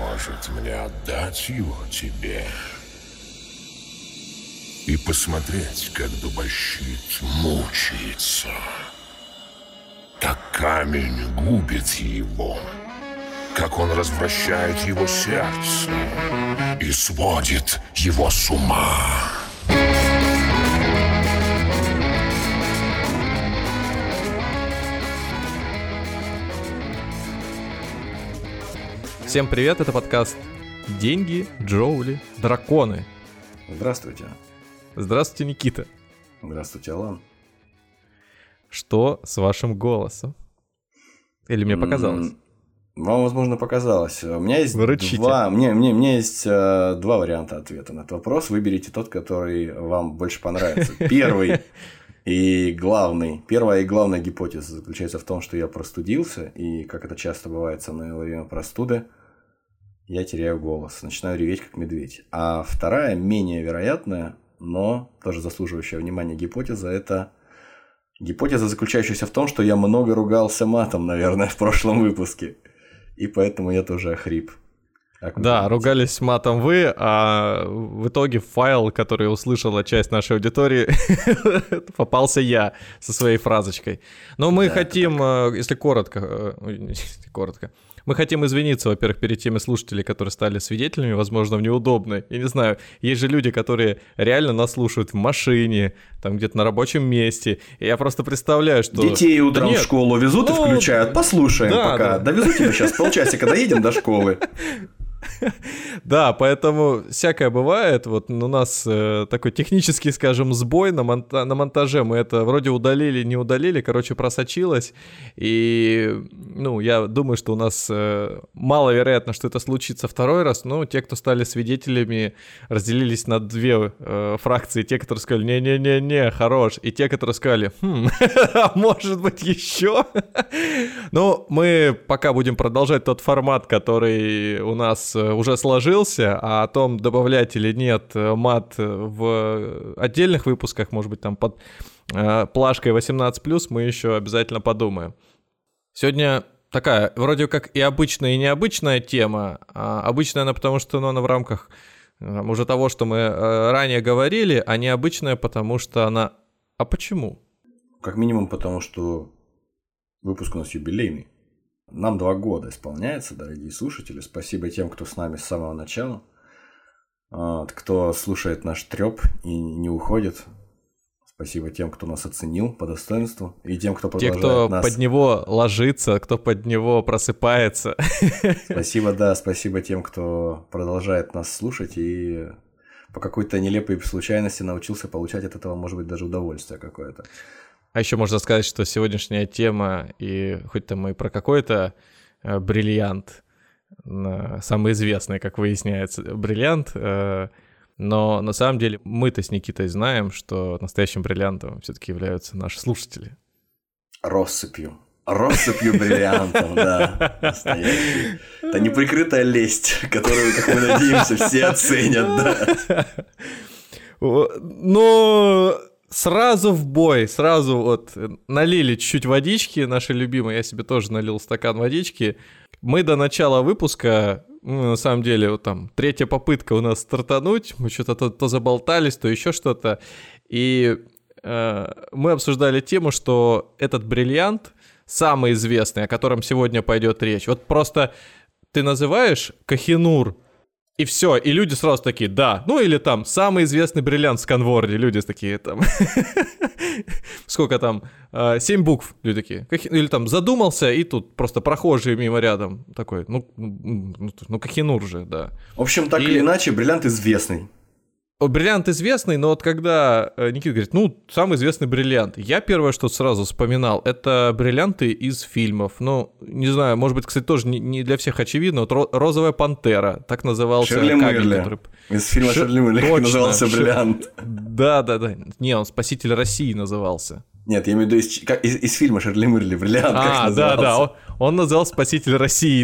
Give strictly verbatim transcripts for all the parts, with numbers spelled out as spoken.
может мне отдать его тебе и посмотреть, как дубощит мучается, как камень губит его, как он развращает его сердце и сводит его с ума. Всем привет, это подкаст «Деньги, Джоули, драконы». Здравствуйте. Здравствуйте, Никита. Здравствуйте, Алан. Что с вашим голосом? Или мне показалось? Вам, возможно, показалось. У меня есть Вы два. Мне, мне, мне есть э, два варианта ответа на этот вопрос. Выберите тот, который вам больше понравится. Первый и главный. Первая и главная гипотеза заключается в том, что я простудился, и, как это часто бывает со мной во время простуды, я теряю голос, начинаю реветь, как медведь. А вторая, менее вероятная, но тоже заслуживающая внимания гипотеза, это гипотеза, заключающаяся в том, что я много ругался матом, наверное, в прошлом выпуске. И поэтому я тоже охрип. Да, ругались матом вы, а в итоге в файл, который услышала часть нашей аудитории, попался я со своей фразочкой. Но мы да, хотим, если коротко, если коротко, мы хотим извиниться, во-первых, перед теми слушателями, которые стали свидетелями, возможно, в неудобной. Я не знаю, есть же люди, которые реально нас слушают в машине, там где-то на рабочем месте. И я просто представляю, что... Детей утром да в школу везут ну, и включают. Послушаем да, пока. Да. Довезу тебя сейчас полчасика, доедем до школы. Да, поэтому всякое бывает. Вот у нас э, такой технический, скажем, сбой на, монта- на монтаже. Мы это вроде удалили, не удалили, короче, просочилось. И, ну, я думаю, что у нас э, маловероятно, что это случится второй раз. Но те, кто стали свидетелями, разделились на две э, фракции. Те, которые сказали «не-не-не-не, хорош», и те, которые сказали «хм, может быть, еще?» Ну, мы пока будем продолжать тот формат, который у нас уже сложился, а о том, добавлять или нет мат в отдельных выпусках, может быть, там под э, плашкой восемнадцать плюс, мы еще обязательно подумаем. Сегодня такая, вроде как и обычная, и необычная тема. А обычная она потому, что ну, она в рамках э, уже того, что мы э, ранее говорили, а необычная потому, что она... А почему? Как минимум потому, что выпуск у нас юбилейный. Нам два года исполняется, дорогие слушатели. Спасибо тем, кто с нами с самого начала, кто слушает наш трёп и не уходит. Спасибо тем, кто нас оценил по достоинству, и тем, кто продолжает нас... Те, кто нас... под него ложится, кто под него просыпается. Спасибо, да, спасибо тем, кто продолжает нас слушать и по какой-то нелепой случайности научился получать от этого, может быть, даже удовольствие какое-то. А еще можно сказать, что сегодняшняя тема, и хоть там и про какой-то э, бриллиант, э, самый известный, как выясняется, бриллиант, э, но на самом деле мы-то с Никитой знаем, что настоящим бриллиантом все-таки являются наши слушатели. Россыпью. Россыпью бриллиантов, да, настоящий. Это неприкрытая лесть, которую, как мы надеемся, все оценят, да. Но... Сразу в бой, сразу вот налили чуть-чуть водички, наши любимые, я себе тоже налил стакан водички. Мы до начала выпуска, ну, на самом деле, вот там третья попытка у нас стартануть, мы что-то то, то заболтались, то еще что-то. И э, мы обсуждали тему, что этот бриллиант самый известный, о котором сегодня пойдет речь. Вот просто ты называешь Кохинур, и все, и люди сразу такие, да, ну или там самый известный бриллиант в Сканворде, люди такие там, сколько там, семь букв, люди такие, или там задумался, и тут просто прохожие мимо рядом, такой, ну, ну Кохинур же, да. В общем, так и... или иначе, бриллиант известный. Бриллиант известный, но вот когда Никита говорит, ну, самый известный бриллиант, я первое, что сразу вспоминал, это бриллианты из фильмов. Ну, не знаю, может быть, кстати, тоже не для всех очевидно, вот «Розовая пантера», так назывался Шерли кабель, Мерли. Который... Из фильма Шер... Шерли Мерли Точно, назывался Шер... бриллиант. Да-да-да, не, он «Спаситель России» назывался. Нет, я имею в виду из, из, из фильма Шерли Мерли бриллиант, а, как назывался. Да, да, он, он называл «Спаситель России»,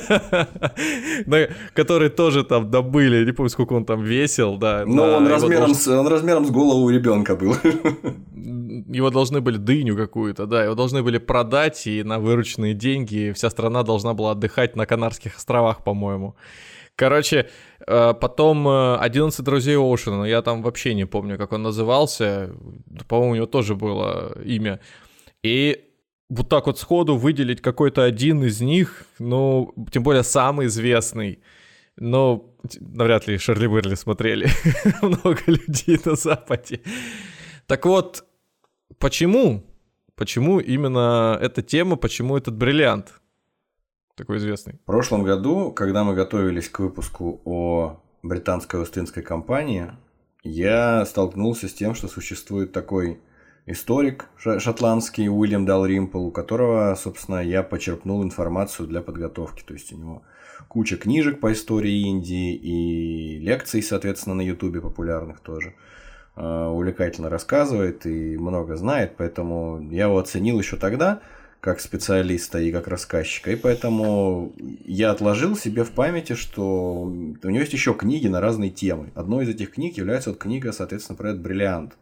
который тоже там добыли, не помню, сколько он там весил, да. Ну, он размером с голову ребенка был. его должны были, дыню какую-то, да, его должны были продать, и на вырученные деньги вся страна должна была отдыхать на Канарских островах, по-моему. Короче, потом «одиннадцать друзей Оушена», я там вообще не помню, как он назывался, по-моему, у него тоже было имя. И вот так вот сходу выделить какой-то один из них, ну, тем более самый известный, но навряд ли Шерли Берли смотрели много людей на Западе. Так вот, почему? Почему именно эта тема, почему этот бриллиант такой известный? В прошлом году, когда мы готовились к выпуску о британской Остинской компании, я столкнулся с тем, что существует такой историк шотландский Уильям Далримпл, у которого, собственно, я почерпнул информацию для подготовки. То есть у него куча книжек по истории Индии и лекций, соответственно, на Ютубе популярных тоже. Увлекательно рассказывает и много знает, поэтому я его оценил еще тогда как специалиста и как рассказчика, и поэтому я отложил себе в памяти, что у него есть еще книги на разные темы. Одной из этих книг является вот книга, соответственно, про этот бриллиант,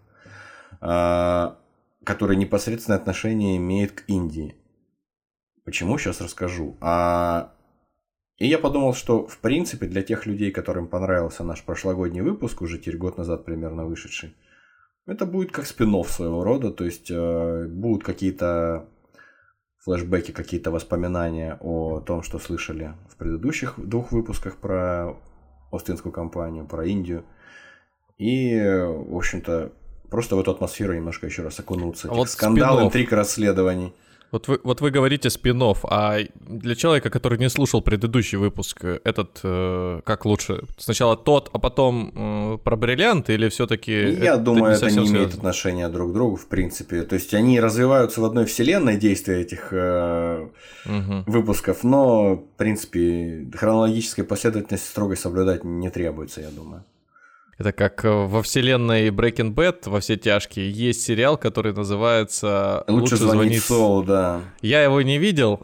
который непосредственное отношение имеет к Индии. Почему? Сейчас расскажу. А... И я подумал, что, в принципе, для тех людей, которым понравился наш прошлогодний выпуск, уже теперь год назад примерно вышедший, это будет как спин-офф своего рода, то есть э, будут какие-то флешбеки, какие-то воспоминания о том, что слышали в предыдущих двух выпусках про Остинскую компанию, про Индию. И, в общем-то, просто в эту атмосферу немножко еще раз окунуться. А вот скандал, спин-офф. Интриг, расследований. Вот вы, вот вы говорите спин-офф, а для человека, который не слушал предыдущий выпуск, этот э, как лучше? Сначала тот, а потом э, про бриллиант, или все-таки? Я это думаю, не это не связано? имеет отношения друг к другу, в принципе. То есть они развиваются в одной вселенной, действия этих э, угу. выпусков, но, в принципе, хронологической последовательности строго соблюдать не требуется, я думаю. Это как во вселенной Breaking Bad, во все тяжкие, есть сериал, который называется «Лучше, Лучше звонить звонить Солу», да. Я его не видел.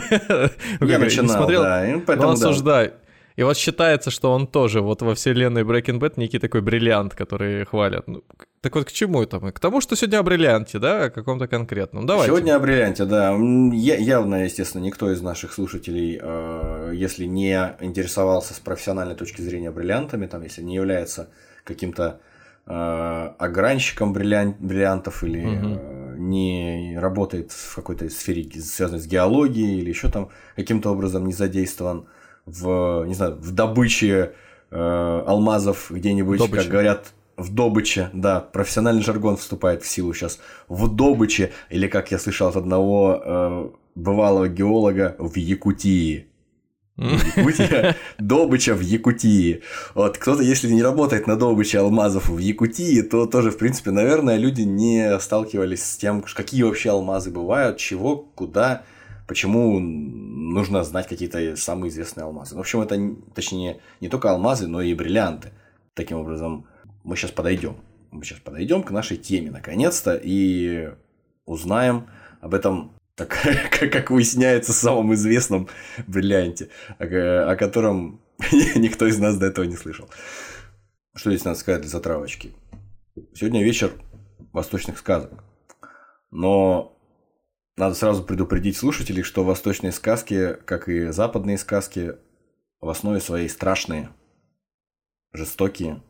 Я начинал, да. Но осуждаю. И вот считается, что он тоже вот во вселенной Breaking Bad некий такой бриллиант, который хвалят. Ну, так вот к чему это мы? К тому, что сегодня о бриллианте, да, о каком-то конкретном. Давайте. Сегодня о бриллианте, да. Я, явно, естественно, никто из наших слушателей, э, если не интересовался с профессиональной точки зрения бриллиантами, там, если не является каким-то э, огранщиком бриллиан, бриллиантов или угу. э, не работает в какой-то сфере, связанной с геологией, или еще там каким-то образом не задействован в, не знаю, в добыче э, алмазов где-нибудь, добыча. Как говорят, в добыче, да, профессиональный жаргон вступает в силу сейчас, в добыче, или, как я слышал от одного э, бывалого геолога, в Якутии. Якутия, добыча в Якутии. Вот кто-то, если не работает на добыче алмазов в Якутии, то тоже, в принципе, наверное, люди не сталкивались с тем, какие вообще алмазы бывают, чего, куда. Почему нужно знать какие-то самые известные алмазы. В общем, это, точнее, не только алмазы, но и бриллианты. Таким образом, мы сейчас подойдем. Мы сейчас подойдем к нашей теме, наконец-то, и узнаем об этом, так, как выясняется, самом известном бриллианте, о, о котором никто из нас до этого не слышал. Что здесь надо сказать для затравочки? Сегодня вечер восточных сказок. Но... Надо сразу предупредить слушателей, что восточные сказки, как и западные сказки, в основе своей страшные, жестокие,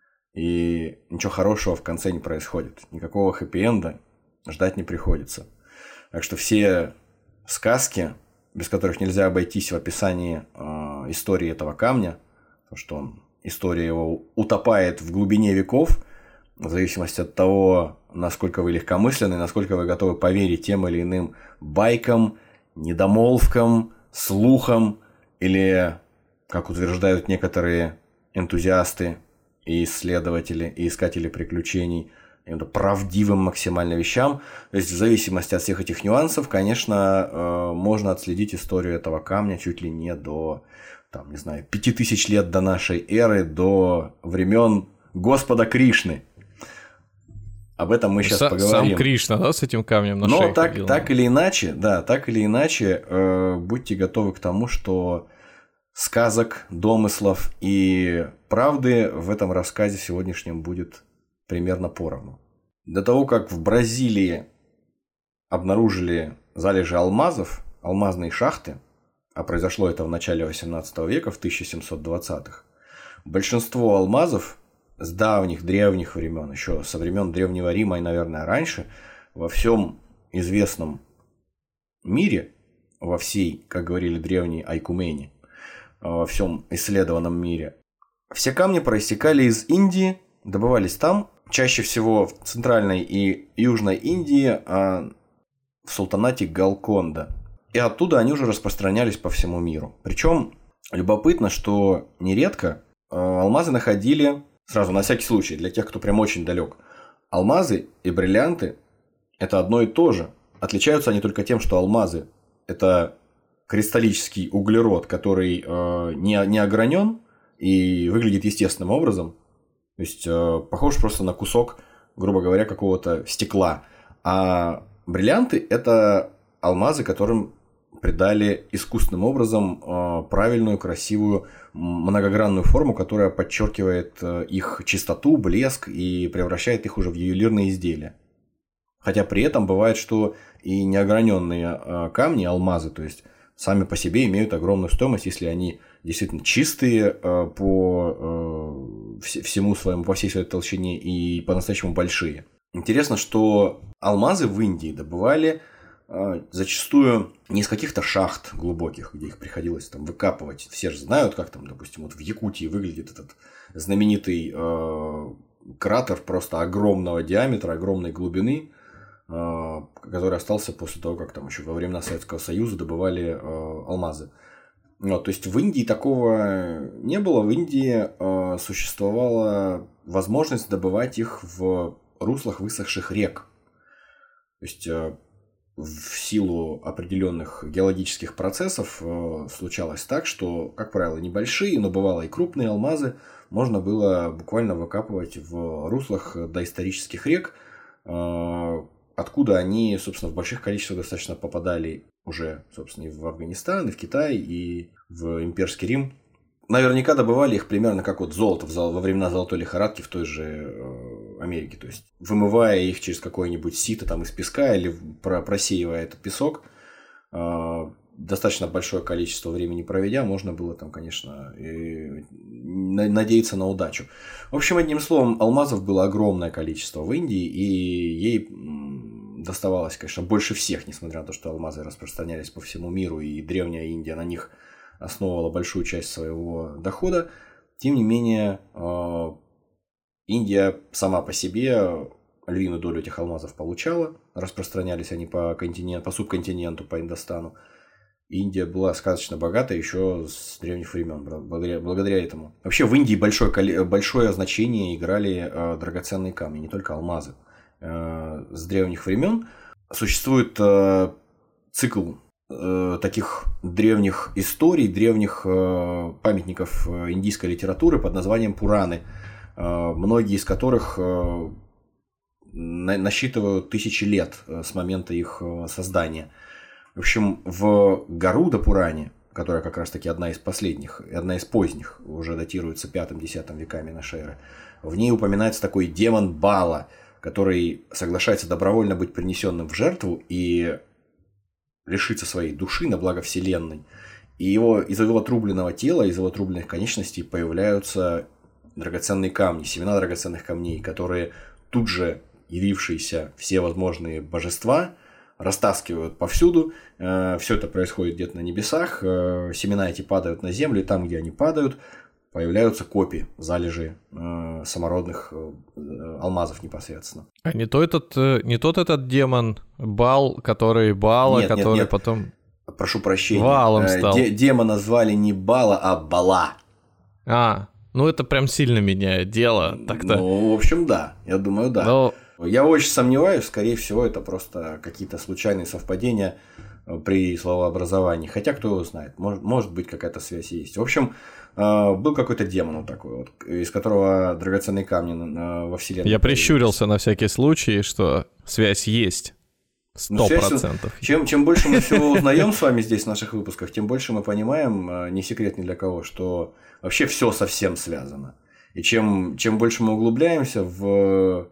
и ничего хорошего в конце не происходит. Никакого хэппи-энда ждать не приходится. Так что все сказки, без которых нельзя обойтись в описании э, истории этого камня, потому что он, история его утопает в глубине веков, в зависимости от того, насколько вы легкомысленны, насколько вы готовы поверить тем или иным байкам, недомолвкам, слухам, или, как утверждают некоторые энтузиасты и исследователи, и искатели приключений, правдивым максимально вещам. То есть, в зависимости от всех этих нюансов, конечно, можно отследить историю этого камня чуть ли не до, там, не знаю, пяти тысяч лет до нашей эры, до времен Господа Кришны. Об этом мы сейчас С- поговорим. Сам Кришна, да, с этим камнем на шее Но так, ходил, так или иначе, да, так или иначе, э, будьте готовы к тому, что сказок, домыслов и правды в этом рассказе сегодняшнем будет примерно поровну. До того, как в Бразилии обнаружили залежи алмазов, алмазные шахты, а произошло это в начале восемнадцатого века, в тысяча семьсот двадцатых, большинство алмазов с давних, древних времен, еще со времен Древнего Рима и, наверное, раньше, во всем известном мире, во всей, как говорили древние айкумени, во всем исследованном мире, все камни проистекали из Индии, добывались там, чаще всего в Центральной и Южной Индии, а в султанате Голконда. И оттуда они уже распространялись по всему миру. Причем любопытно, что нередко алмазы находили, сразу на всякий случай, для тех, кто прям очень далек, алмазы и бриллианты – это одно и то же. Отличаются они только тем, что алмазы – это кристаллический углерод, который э, не, не огранен и выглядит естественным образом. То есть, э, похож просто на кусок, грубо говоря, какого-то стекла. А бриллианты – это алмазы, которым придали искусственным образом э, правильную, красивую, многогранную форму, которая подчеркивает э, их чистоту, блеск и превращает их уже в ювелирные изделия. Хотя при этом бывает, что и неограненные э, камни, алмазы, то есть сами по себе имеют огромную стоимость, если они действительно чистые э, по э, всему своему, по всей своей толщине и по-настоящему большие. Интересно, что алмазы в Индии добывали э, зачастую не из каких-то шахт глубоких, где их приходилось там выкапывать. Все же знают, как там, допустим, вот в Якутии выглядит этот знаменитый э, кратер просто огромного диаметра, огромной глубины, э, который остался после того, как там еще во времена Советского Союза добывали э, алмазы. Вот, то есть в Индии такого не было. В Индии э, существовала возможность добывать их в руслах высохших рек. То есть э, в силу определенных геологических процессов э, случалось так, что, как правило, небольшие, но бывало и крупные алмазы можно было буквально выкапывать в руслах доисторических рек, э, откуда они, собственно, в больших количествах достаточно попадали уже, собственно, и в Афганистан, и в Китай, и в имперский Рим. Наверняка добывали их примерно как вот золото во времена золотой лихорадки в той же э, Америке. То есть, вымывая их через какое-нибудь сито там, из песка или просеивая этот песок, э, достаточно большое количество времени проведя, можно было там, конечно, и надеяться на удачу. В общем, одним словом, алмазов было огромное количество в Индии, и ей доставалось, конечно, больше всех, несмотря на то, что алмазы распространялись по всему миру, и древняя Индия на них основывала большую часть своего дохода. Тем не менее, Индия сама по себе львиную долю этих алмазов получала. Распространялись они по континенту, по субконтиненту, по Индостану. Индия была сказочно богата еще с древних времен благодаря, благодаря этому. Вообще в Индии большое, большое значение играли драгоценные камни, не только алмазы. С древних времен существует цикл таких древних историй, древних памятников индийской литературы под названием Пураны, многие из которых насчитывают тысячи лет с момента их создания. В общем, в Гаруда Пуране, которая как раз таки одна из последних, одна из поздних, уже датируется пятым-десятым веками нашей эры, в ней упоминается такой демон Бала, который соглашается добровольно быть принесенным в жертву и лишиться своей души на благо Вселенной. И его, из его отрубленного тела, из его отрубленных конечностей появляются драгоценные камни, семена драгоценных камней, которые тут же явившиеся все возможные божества растаскивают повсюду. Все это происходит где-то на небесах. Семена эти падают на землю, и там, где они падают, появляются копии, залежи э, самородных э, алмазов непосредственно. А не, то этот, не тот этот демон Бал, который Бала, нет, который нет, нет. потом... Прошу прощения. Валом стал. Де- демона звали не Бала, а Бала. А, ну это прям сильно меняет дело. Так-то. Ну, в общем, да. Я думаю, да. Но... Я очень сомневаюсь, скорее всего, это просто какие-то случайные совпадения при словообразовании. Хотя, кто его знает, может, может быть, какая-то связь есть. В общем, был какой-то демон вот такой вот, из которого драгоценные камни во Вселенной. Я прищурился на всякий случай, что связь есть. Сто процентов. Ну, чем, чем больше мы всего узнаем с вами здесь в наших выпусках, тем больше мы понимаем, не секрет ни для кого, что вообще все совсем связано. И чем, чем больше мы углубляемся в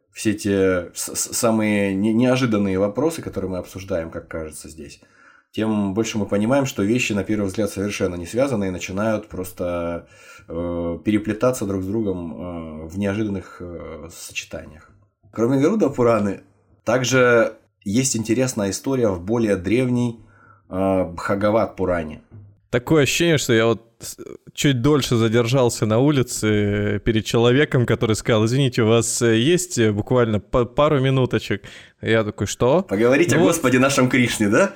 все те самые неожиданные вопросы, которые мы обсуждаем, как кажется здесь, тем больше мы понимаем, что вещи, на первый взгляд, совершенно не связаны и начинают просто э, переплетаться друг с другом э, в неожиданных э, сочетаниях. Кроме Гаруда Пураны, также есть интересная история в более древней э, Бхагават Пуране. Такое ощущение, что я вот чуть дольше задержался на улице перед человеком, который сказал: извините, у вас есть буквально пару минуточек? Я такой: что? Поговорить ну о вот... Господе нашем Кришне, да?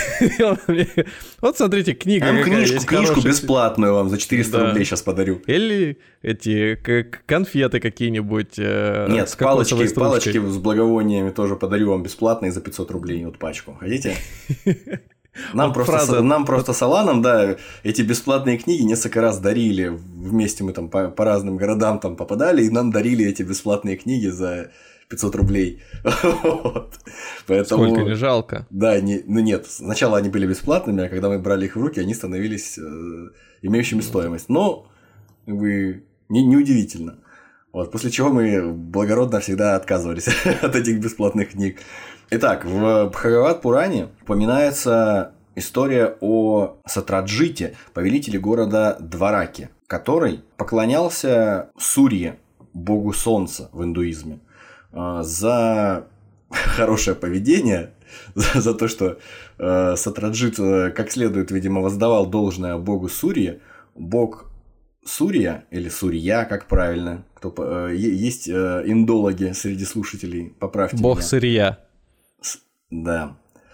Вот смотрите, книга. Там книжку, книжку бесплатную вам за четыреста да. рублей сейчас подарю. Или эти конфеты какие-нибудь. Нет, с палочки, палочки с благовониями тоже подарю вам бесплатно и за пятьсот рублей вот пачку. Хотите? Нам, вот просто, фраза... нам просто с Аланом, да, эти бесплатные книги несколько раз дарили. Вместе мы там по, по разным городам там попадали, и нам дарили эти бесплатные книги за пятьсот рублей. Вот. Поэтому, сколько, не жалко? Да, не, ну нет, сначала они были бесплатными, а когда мы брали их в руки, они становились э, имеющими стоимость. Но, как бы, не, неудивительно. Вот, после чего мы благородно всегда отказывались от этих бесплатных книг. Итак, в Бхагават Пуране упоминается история о Сатраджите, повелителе города Двараки, который поклонялся Сурье, богу солнца в индуизме, за хорошее поведение, за, за то, что э, Сатраджит как следует, видимо, воздавал должное богу Сурье. Бог Сурья или Сурья, как правильно, кто, э, есть э, индологи среди слушателей, поправьте бог меня. Сырья. Да.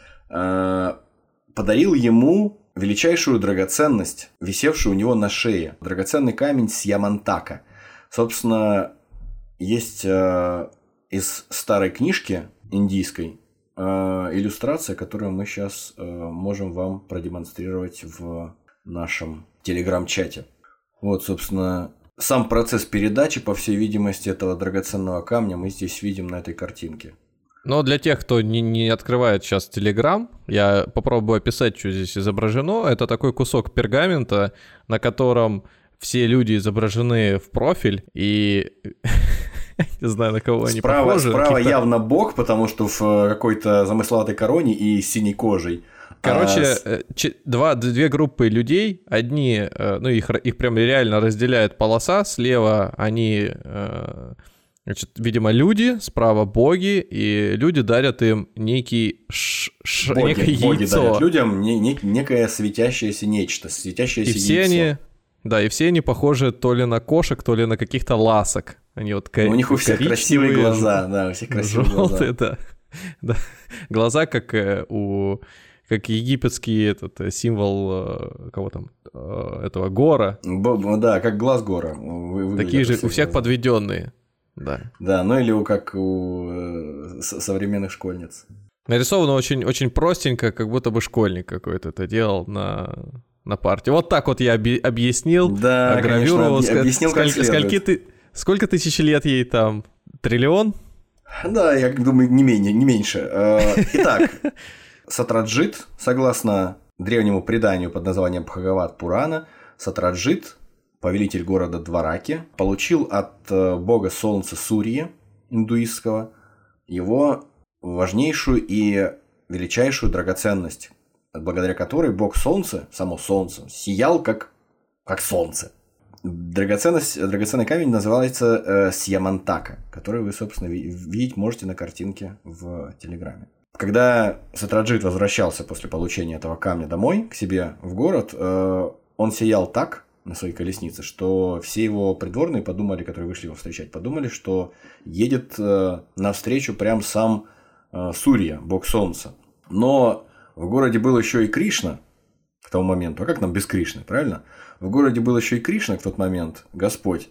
Э, подарил ему величайшую драгоценность, висевшую у него на шее. Драгоценный камень Сьямантака. Собственно, есть э, из старой книжки индийской э, иллюстрация, которую мы сейчас э, можем вам продемонстрировать в нашем телеграм-чате. Вот, собственно, сам процесс передачи, по всей видимости, этого драгоценного камня мы здесь видим на этой картинке. Но для тех, кто не, не открывает сейчас Telegram, я попробую описать, что здесь изображено. Это такой кусок пергамента, на котором все люди изображены в профиль, и не знаю, на кого они справа, похожи. Справа явно бог, потому что в какой-то замысловатой короне и синей кожей. Короче, а... два, две группы людей, одни, ну их, их прям реально разделяет полоса, слева они... Значит, видимо, люди, справа боги, и люди дарят им некий ш- ш- боги, некое боги яйцо. Дарят людям не, не, некое светящееся нечто, светящееся и все яйцо. Они, да, и все они похожи то ли на кошек, то ли на каких-то ласок. Они вот ко- у них у всех красивые глаза, да, у всех красивые желтые, глаза. Да. Да. Глаза, как э, у... как египетский этот символ, кого там, этого Гора. Б- да, как глаз Гора. Вы, такие же, у всех глаза. Подведенные. Да. Да, ну или как у э, современных школьниц. Нарисовано очень, очень простенько, как будто бы школьник какой-то это делал на, на парте. Вот так вот я оби- объяснил. Да, конечно, об- объяснил, сколь, как скольки ты, сколько тысяч лет ей там? Триллион? Да, я думаю, не менее, не меньше. Итак, Сатраджит, согласно древнему преданию под названием Бхагават Пурана, Сатраджит, повелитель города Двараки, получил от бога солнца Сурьи, индуистского, его важнейшую и величайшую драгоценность, благодаря которой бог солнца, само солнце, сиял как, как солнце. Драгоценность, драгоценный камень называется э, Сьямантака, который вы, собственно, видеть можете на картинке в Телеграме. Когда Сатраджит возвращался после получения этого камня домой, к себе в город, э, он сиял так на своей колеснице, что все его придворные подумали, которые вышли его встречать, подумали, что едет э, навстречу прям сам э, Сурья, бог солнца. Но в городе был еще и Кришна к тому моменту. А как нам без Кришны, правильно? В городе был еще и Кришна в тот момент, Господь.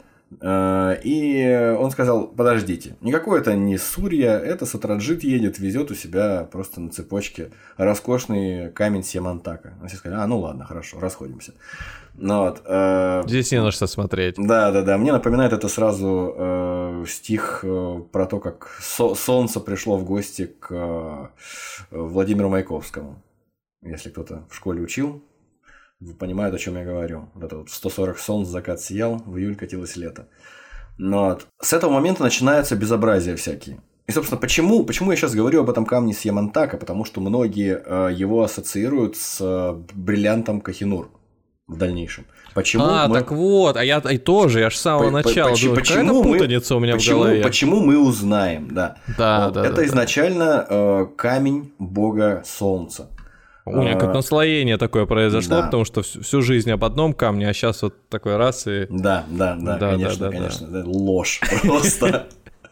И он сказал: подождите, никакой это не Сурья, это Сатраджит едет, везет у себя просто на цепочке роскошный камень Сьямантака. Все сказали: а, ну ладно, хорошо, расходимся. Ну, вот, э... Здесь не на что смотреть. Да, да, да. Мне напоминает это сразу э, стих э, про то, как со- солнце пришло в гости к э, Владимиру Маяковскому. Если кто-то в школе учил, понимают, о чем я говорю. Вот это вот сто сорок солнц, закат сиял, в июль катилось лето. Вот. С этого момента начинаются безобразия всякие. И, собственно, почему, почему я сейчас говорю об этом камне с Ямантака? Потому что многие э, его ассоциируют с э, бриллиантом Кохинур в дальнейшем. Почему а, мы... так вот, а я и тоже, я же с самого по- начала по- думаю, почему какая-то мы... путаница у меня почему, в голове. Почему мы узнаем, да. Да, вот. да, Это да, изначально э, камень бога Солнца. У меня как наслоение такое произошло, да. потому что всю, всю жизнь об одном камне, а сейчас вот такой раз и... Да, да, да, Да, конечно, да, да, конечно. Да. Ложь просто.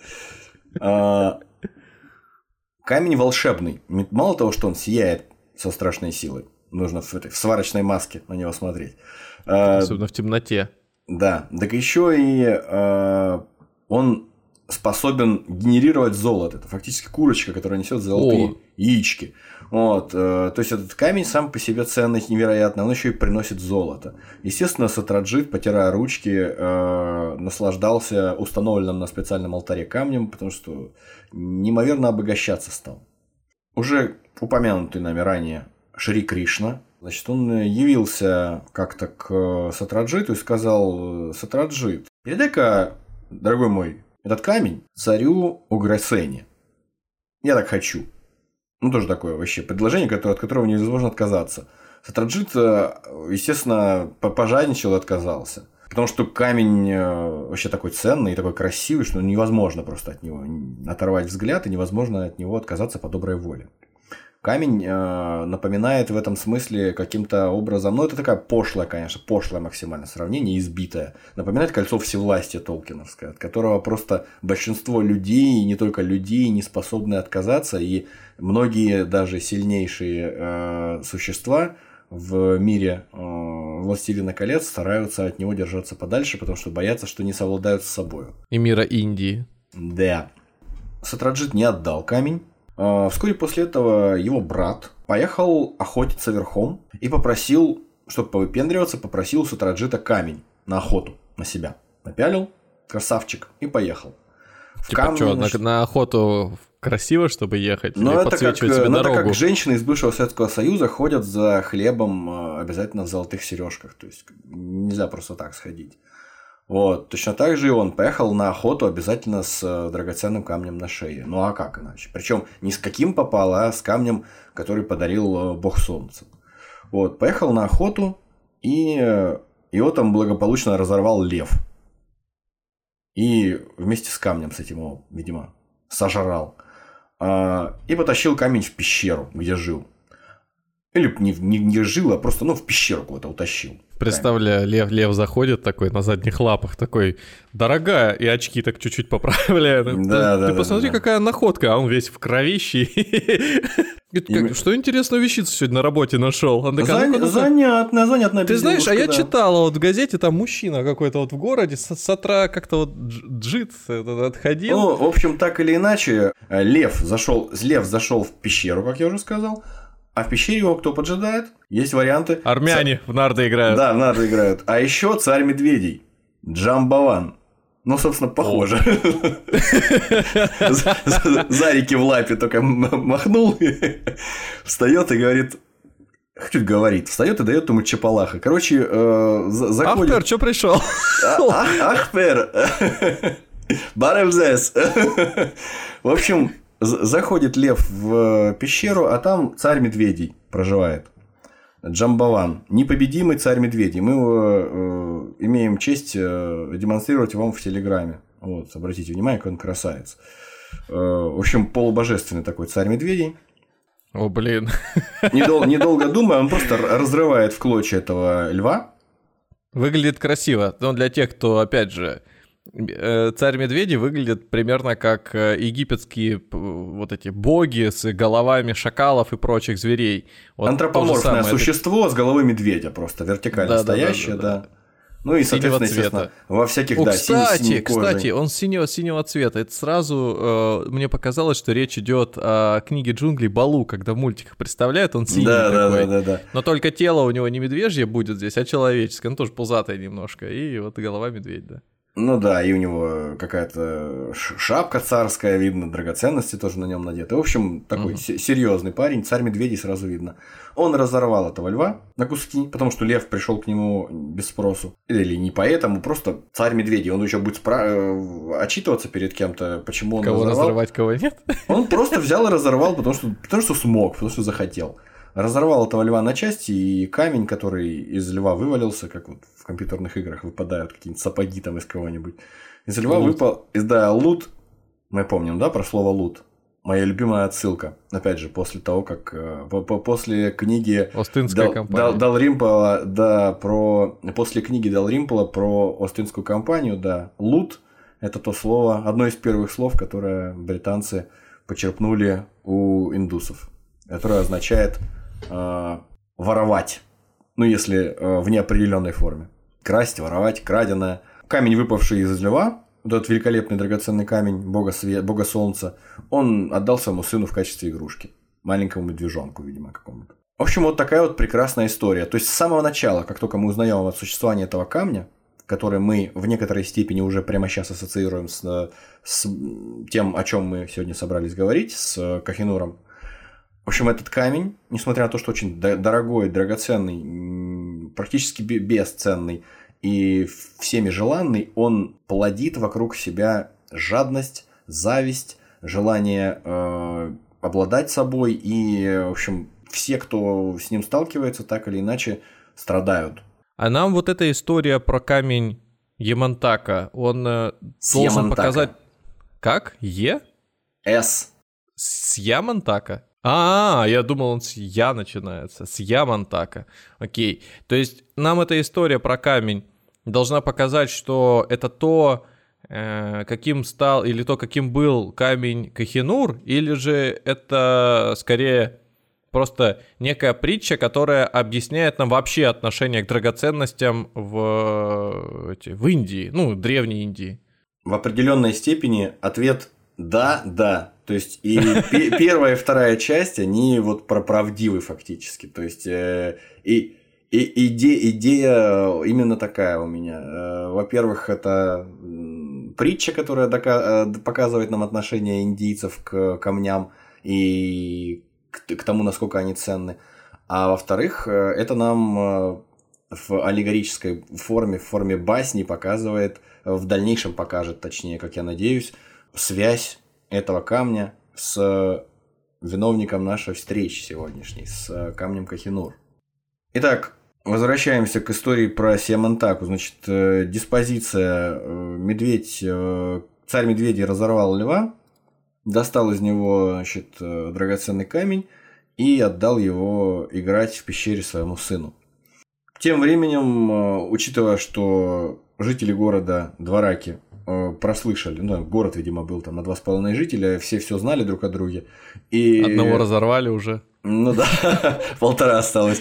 Камень волшебный. Мало того, что он сияет со страшной силой, нужно в, этой, в сварочной маске на него смотреть. Особенно в темноте. Да, так еще и э, он способен генерировать золото. Это фактически курочка, которая несет золотые О. яички. Вот, э, то есть этот камень сам по себе ценный невероятно, он еще и приносит золото. Естественно, Сатраджит, потирая ручки, э, наслаждался установленным на специальном алтаре камнем, потому что неимоверно обогащаться стал. Уже упомянутый нами ранее Шри Кришна, значит, он явился как-то к Сатраджиту и сказал: Сатраджит, передай-ка, дорогой мой, этот камень царю Уграсене. Я так хочу. Ну, тоже такое вообще предложение, которое, от которого невозможно отказаться. Сатраджит, естественно, пожадничал и отказался. Потому что камень вообще такой ценный и такой красивый, что невозможно просто от него оторвать взгляд, и невозможно от него отказаться по доброй воле. Камень э, напоминает в этом смысле каким-то образом, ну это такая пошлая, конечно, пошлое максимальное сравнение, избитое. Напоминает кольцо всевластия толкиновское, от которого просто большинство людей, и не только людей, не способны отказаться, и многие даже сильнейшие э, существа в мире э, Властелина колец стараются от него держаться подальше, потому что боятся, что не совладают с собой. И мира Индии. Да. Сатраджит не отдал камень. Вскоре после этого его брат поехал охотиться верхом и попросил, чтобы повыпендриваться, попросил у Сатраджита камень на охоту на себя. Напялил, красавчик, и поехал. В типа камне, что, значит... на, на охоту красиво, чтобы ехать? Но или это подсвечивать как, себе но дорогу? Это как женщины из бывшего Советского Союза ходят за хлебом обязательно в золотых сережках. То есть нельзя просто так сходить. Вот, точно так же и он поехал на охоту обязательно с драгоценным камнем на шее. Ну а как иначе? Причем не с каким попал, а с камнем, который подарил бог солнца. Вот, поехал на охоту, и его там благополучно разорвал лев. И вместе с камнем с этим его, видимо, сожрал. И потащил камень в пещеру, где жил. Или не, не, не жил, а просто ну, в пещеру куда-то утащил. Представляю, лев, лев заходит такой на задних лапах, такой: дорогая, и очки так чуть-чуть поправляет. Да, да, Ты посмотри, да, да. какая находка, а он весь в кровище. Что интересную вещицу сегодня на работе нашел? Занятно, занятно. Ты знаешь, а я читала вот в газете, там мужчина какой-то вот в городе с утра как-то вот джит отходил. Ну, в общем, так или иначе, лев зашел, лев зашел в пещеру, как я уже сказал. А в пещере его кто поджидает? Есть варианты. Армяне в нарды играют. Да, в нарды играют. А еще царь медведей. Джамбаван. Ну, собственно, похоже. Зарики в лапе только махнул. Встает и говорит... Чуть говорит. Встает и дает ему чапалаха. Короче, заходит... Ахпер, что пришел? Ахпер. Баремзес. В общем... Заходит лев в пещеру, а там царь медведей проживает. Джамбаван. Непобедимый царь медведей. Мы его э, имеем честь э, демонстрировать вам в Телеграме. Вот, обратите внимание, какой он красавец. Э, в общем, полубожественный такой царь медведей. О, блин. Недол- недолго думая, он просто разрывает в клочья этого льва. Выглядит красиво. Но для тех, кто, опять же... Царь медведей выглядит примерно как египетские вот эти боги с головами шакалов и прочих зверей. Вот антропоморфное существо с головой медведя, просто вертикально да, стоящее, да, да, да, да. Ну и, синего соответственно, цвета. естественно, во всяких, О, да, кстати, сине- кстати, он синего, синего цвета. Это сразу э, мне показалось, что речь идет о книге джунглей Балу, когда в мультиках представляют, он синий да, такой. Да, да, да, да. Но только тело у него не медвежье будет здесь, а человеческое. Он тоже пузатое немножко. И вот голова медведь, да. Ну да, и у него какая-то шапка царская, видно, драгоценности тоже на нем надеты. В общем, такой uh-huh. серьезный парень, царь медведей сразу видно. Он разорвал этого льва на куски, потому что лев пришел к нему без спросу. Или не поэтому, просто царь медведей. Он еще будет спра- отчитываться перед кем-то, почему он кого разорвал. разорвать, кого нет. Он просто взял и разорвал, потому что, потому что смог, потому что захотел. Разорвал этого льва на части, и камень, который из льва вывалился, как вот в компьютерных играх выпадают какие-нибудь сапоги там из кого-нибудь. Из льва лут. выпал, из, да, лут, мы помним, да, про слово лут. Моя любимая отсылка. Опять же, после того, как после книги Остинская Дал, компания. Дал, Далримпола, да, про после книги Далримпола про Остинскую компанию, да, лут – это то слово, одно из первых слов, которое британцы почерпнули у индусов, которое означает э, воровать, ну если э, в неопределенной форме, красть, воровать, краденое. Камень, выпавший из льва, вот этот великолепный драгоценный камень бога, свет, бога солнца, он отдал своему сыну в качестве игрушки. Маленькому медвежонку, видимо, какому-то. В общем, вот такая вот прекрасная история. То есть, с самого начала, как только мы узнаем о существовании этого камня, который мы в некоторой степени уже прямо сейчас ассоциируем с, с тем, о чем мы сегодня собрались говорить, с Кохинуром. В общем, этот камень, несмотря на то, что очень дорогой, драгоценный, практически бесценный, и всеми желанный, он плодит вокруг себя жадность, зависть, желание э, обладать собой. И, в общем, все, кто с ним сталкивается, так или иначе страдают. А нам вот эта история про камень Ямантака, он э, должен Ямантака. показать... Как? Е? С. С Ямантака? А, я думал, он с Я начинается. С Ямантака. Окей. То есть нам эта история про камень должна показать, что это то, э, каким стал, или то, каким был камень Кохинур, или же это скорее просто некая притча, которая объясняет нам вообще отношение к драгоценностям в, эти, в Индии, ну, древней Индии. В определенной степени ответ да, да. То есть и первая и вторая часть, они вот про правдивы фактически. То есть э, и И идея, идея именно такая у меня. Во-первых, это притча, которая дока- показывает нам отношение индийцев к камням и к, к тому, насколько они ценны. А во-вторых, это нам в аллегорической форме, в форме басни показывает, в дальнейшем покажет, точнее, как я надеюсь, связь этого камня с виновником нашей встречи сегодняшней, с камнем Кохинур. Итак, возвращаемся к истории про Сиамантаку. Значит, диспозиция. Медведь, царь медведей разорвал льва, достал из него, значит, драгоценный камень и отдал его играть в пещере своему сыну. Тем временем, учитывая, что жители города Двараки прослышали, ну, город, видимо, был там на два с половиной жителя, все все знали друг о друге. И... Одного разорвали уже. Ну да, полтора осталось.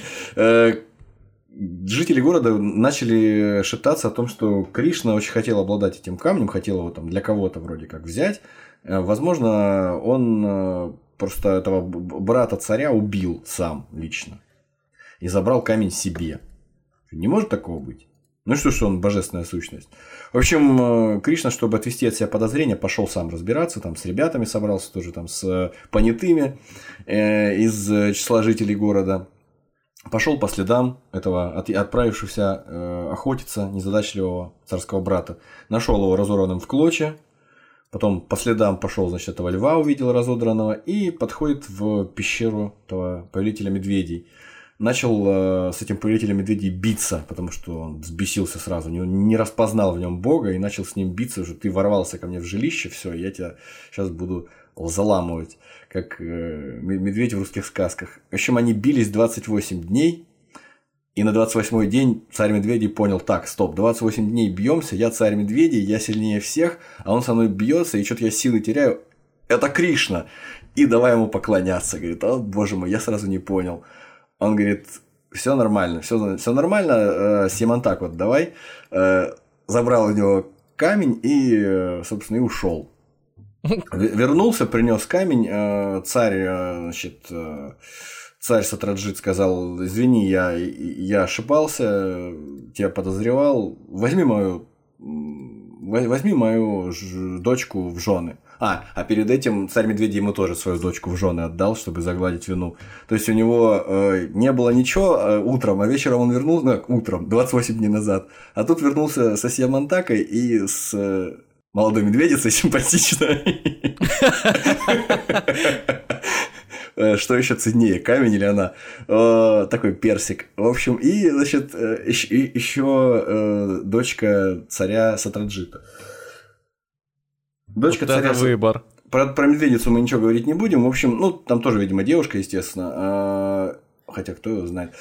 Жители города начали шептаться о том, что Кришна очень хотел обладать этим камнем, хотел его там для кого-то вроде как взять. Возможно, он просто этого брата царя убил сам лично и забрал камень себе. Не может такого быть? Ну что, что он божественная сущность. В общем, Кришна, чтобы отвести от себя подозрения, пошел сам разбираться, там с ребятами собрался, тоже там с понятыми э, из числа жителей города. Пошел по следам этого отправившегося э, охотиться незадачливого царского брата. Нашел его разорванным в клочья. Потом по следам пошел, значит, этого льва, увидел разодранного, и подходит в пещеру этого повелителя медведей. Начал э, с этим повелителем медведей биться, потому что он взбесился сразу, не, не распознал в нем Бога и начал с ним биться, что ты ворвался ко мне в жилище, все, я тебя сейчас буду заламывать, как э, медведь в русских сказках. В общем, они бились двадцать восемь дней, и на двадцать восьмой день царь медведей понял: так, стоп, двадцать восемь дней бьемся, я царь медведей, я сильнее всех, а он со мной бьется, и что-то я силы теряю, это Кришна, и давай ему поклоняться. Говорит: о, боже мой, я сразу не понял. Он говорит: все нормально, все, все нормально, э, Симантак, вот давай. Э, забрал у него камень и, э, собственно, и ушел. Вернулся, принес камень. Э, царь, э, значит, э, царь Сатраджит сказал: извини, я, я ошибался, тебя подозревал, возьми мою, возьми мою ж- дочку в жены. А, а перед этим царь Медведь ему тоже свою дочку в жены отдал, чтобы загладить вину. То есть у него э, не было ничего э, утром, а вечером он вернулся, ну, утром, двадцать восемь дней назад. А тут вернулся со Сиамантакой и с э, молодой медведицей симпатичной. Что еще ценнее, камень или она? О, такой персик. В общем, и, значит, еще дочка царя Сатраджита. Дочка вот царя... выбор. Про, про медведицу мы ничего говорить не будем. В общем, ну, там тоже, видимо, девушка, естественно. Хотя, кто его знает.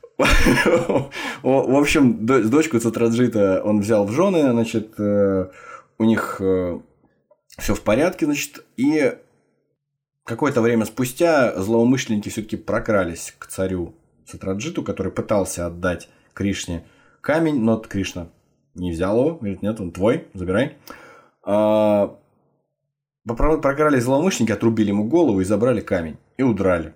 В общем, дочку Сатраджита он взял в жены, значит, у них все в порядке, значит, и... Какое-то время спустя злоумышленники все-таки прокрались к царю Сатраджиту, который пытался отдать Кришне камень, но Кришна не взял его, говорит, нет, он твой, забирай. Прокрались злоумышленники, отрубили ему голову и забрали камень, и удрали.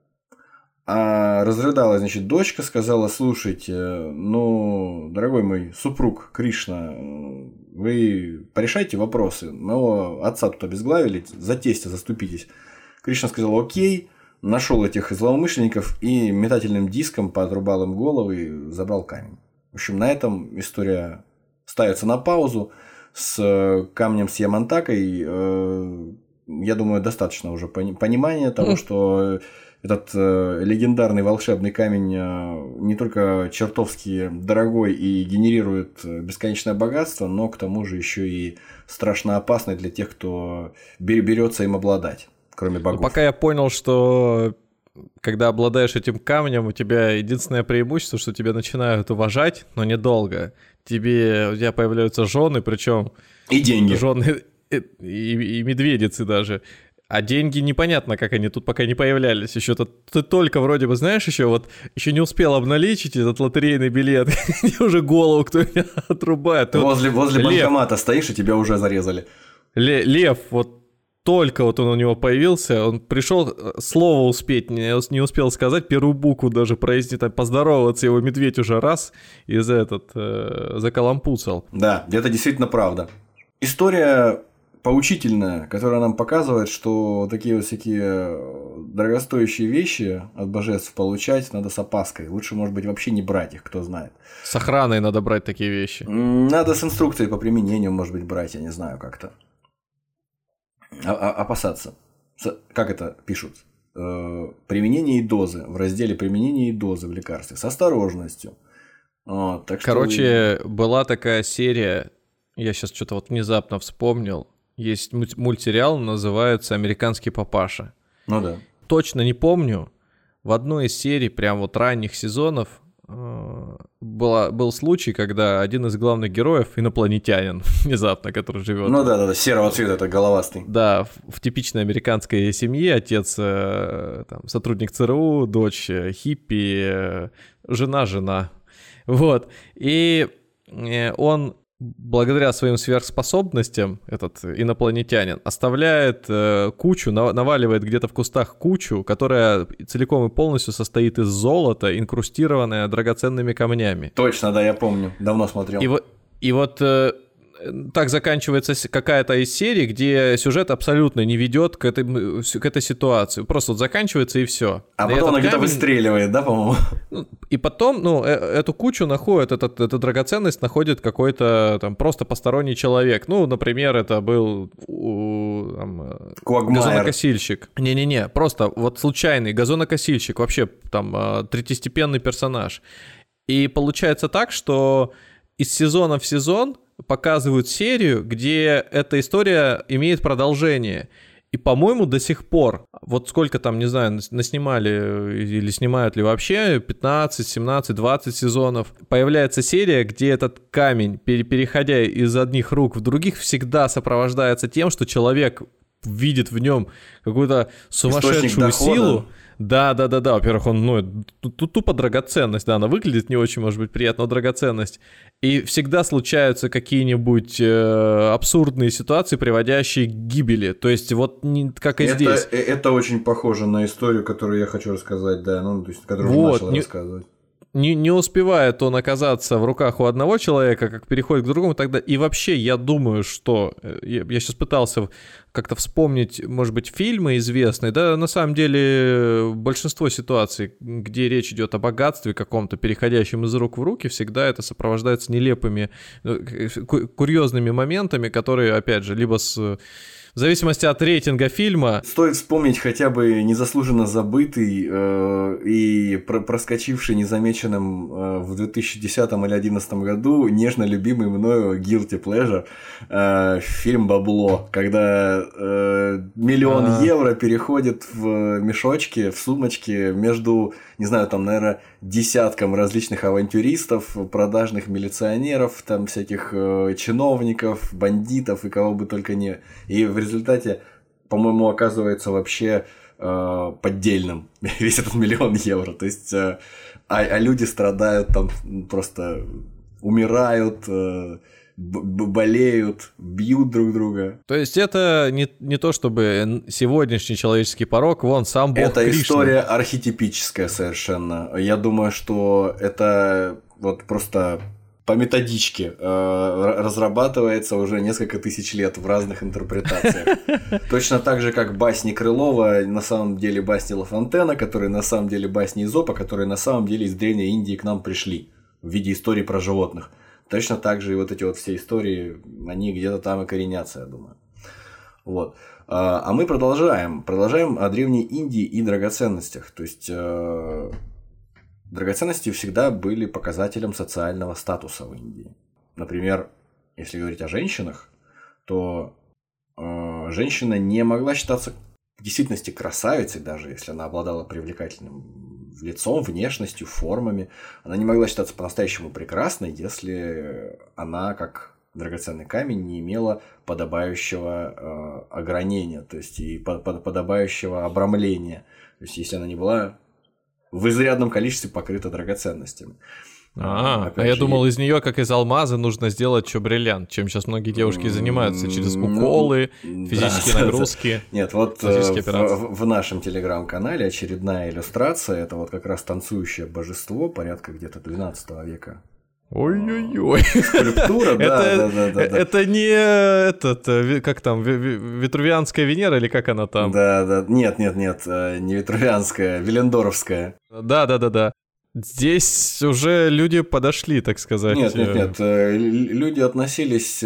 А разрыдалась, значит, дочка, сказала, слушайте, ну, дорогой мой супруг Кришна, вы порешайте вопросы, моего отца тут обезглавили, за тестя заступитесь. Кришна сказал окей, нашел этих злоумышленников и метательным диском поотрубал им головы и забрал камень. В общем, на этом история ставится на паузу. С камнем с Ямантакой, я думаю, достаточно уже понимания того, что этот легендарный волшебный камень не только чертовски дорогой и генерирует бесконечное богатство, но к тому же еще и страшно опасный для тех, кто берется им обладать. Кроме богов. Пока я понял, что когда обладаешь этим камнем, у тебя единственное преимущество, что тебя начинают уважать, но недолго. Тебе, у тебя появляются жены, причем и деньги. Жены и, и, и медведицы даже. А деньги непонятно, как они тут пока не появлялись. Еще ты, ты только вроде бы, знаешь, еще вот еще не успел обналичить этот лотерейный билет, где уже голову кто-нибудь отрубает. Возле, возле банкомата стоишь, и тебя уже зарезали. Лев, вот только вот он у него появился, он пришел, слово успеть не, не успел сказать, первую букву даже произнести, там, поздороваться, его медведь уже раз и за этот, э, закалампуцал. Да, это действительно правда. История поучительная, которая нам показывает, что такие вот всякие дорогостоящие вещи от божеств получать надо с опаской. Лучше, может быть, вообще не брать их, кто знает. С охраной надо брать такие вещи. Надо с инструкцией по применению, может быть, брать, я не знаю, как-то. Опасаться. Как это пишут? Применение и дозы. В разделе применение и дозы в лекарстве. С осторожностью. Вот, так что... Короче, была такая серия, я сейчас что-то вот внезапно вспомнил. Есть мультсериал, называется «Американский папаша». Ну да. Точно не помню. В одной из серий, прям вот ранних сезонов, была, был случай, когда один из главных героев, инопланетянин, внезапно, который живет. Ну да, да, да, серого цвета, это головастый. Да, в, в типичной американской семье отец там, сотрудник ЦРУ, дочь хиппи, жена жена. Вот. И он благодаря своим сверхспособностям, этот инопланетянин, оставляет э, кучу, наваливает где-то в кустах кучу, которая целиком и полностью состоит из золота, инкрустированная драгоценными камнями. Точно, да, я помню, давно смотрел. И вот, и вот э, так заканчивается какая-то из серий, где сюжет абсолютно не ведет к этой, к этой ситуации. Просто вот заканчивается и все. А потом она где-то камень... выстреливает, да, по-моему? И потом, ну, э- эту кучу находит, этот, эту драгоценность находит какой-то там просто посторонний человек. Ну, например, это был там, газонокосильщик. Не-не-не, просто вот случайный газонокосильщик, вообще там третьестепенный персонаж. И получается так, что из сезона в сезон показывают серию, где эта история имеет продолжение. И, по-моему, до сих пор, вот сколько там, не знаю, наснимали или снимают ли вообще, пятнадцать, семнадцать, двадцать сезонов, появляется серия, где этот камень, переходя из одних рук в других, всегда сопровождается тем, что человек видит в нем какую-то сумасшедшую силу. Да, да, да, да. Во-первых, он, ну, тупо драгоценность, да, она выглядит не очень, может быть, приятно, но драгоценность. И всегда случаются какие-нибудь э, абсурдные ситуации, приводящие к гибели. То есть, вот не, как и это, здесь. Это очень похоже на историю, которую я хочу рассказать, да, ну, то есть, которую вот, начал не... рассказывать. не, не успевает он оказаться в руках у одного человека, как переходит к другому, тогда и вообще я думаю, что... Я, я сейчас пытался как-то вспомнить, может быть, фильмы известные, да, на самом деле большинство ситуаций, где речь идет о богатстве каком-то, переходящем из рук в руки, всегда это сопровождается нелепыми, курьезными моментами, которые, опять же, либо с... В зависимости от рейтинга фильма. Стоит вспомнить хотя бы незаслуженно забытый э, и про- проскочивший незамеченным э, в две тысячи десятом или две тысячи одиннадцатом году нежно любимый мною Guilty Pleasure э, фильм «Бабло», когда э, миллион А-а-а. евро переходит в мешочки, в сумочки между, не знаю, там, наверное, десятком различных авантюристов, продажных милиционеров, там всяких э, чиновников, бандитов и кого бы только не... И в результате, по-моему, оказывается вообще э, поддельным весь этот миллион евро. То есть, э, а, а люди страдают, там просто умирают, э, б- болеют, бьют друг друга. То есть, это не, не то, чтобы сегодняшний человеческий порок, вон сам Бог Это Кришна. История архетипическая совершенно. Я думаю, что это вот просто... по методичке э, разрабатывается уже несколько тысяч лет в разных интерпретациях. Точно так же, как басни Крылова, на самом деле басни Ла Фонтена, которые на самом деле басни Эзопа, которые на самом деле из Древней Индии к нам пришли в виде историй про животных. Точно так же и вот эти вот все истории, они где-то там и коренятся, я думаю. Вот. А мы продолжаем. Продолжаем о Древней Индии и драгоценностях. То есть... Драгоценности всегда были показателем социального статуса в Индии. Например, если говорить о женщинах, то э, женщина не могла считаться в действительности красавицей, даже если она обладала привлекательным лицом, внешностью, формами. Она не могла считаться по-настоящему прекрасной, если она, как драгоценный камень, не имела подобающего э, огранения, то есть и подобающего обрамления. То есть если она не была... в изрядном количестве покрыта драгоценностями. А, а я думал, из нее, как из алмаза, нужно сделать что бриллиант, чем сейчас многие девушки занимаются, через уколы, физические нагрузки. Нет, вот в нашем телеграм-канале очередная иллюстрация, это вот как раз танцующее божество порядка где-то двенадцатого века. Ой-ой-ой. Скульптура, да, это, да, да, да. Это не этот, как там, Витрувианская Венера или как она там? Да, да, нет, нет, нет, не Витрувианская, Виллендоровская. Да, да, да, да. Здесь уже люди подошли, так сказать. Нет, нет, нет. Люди относились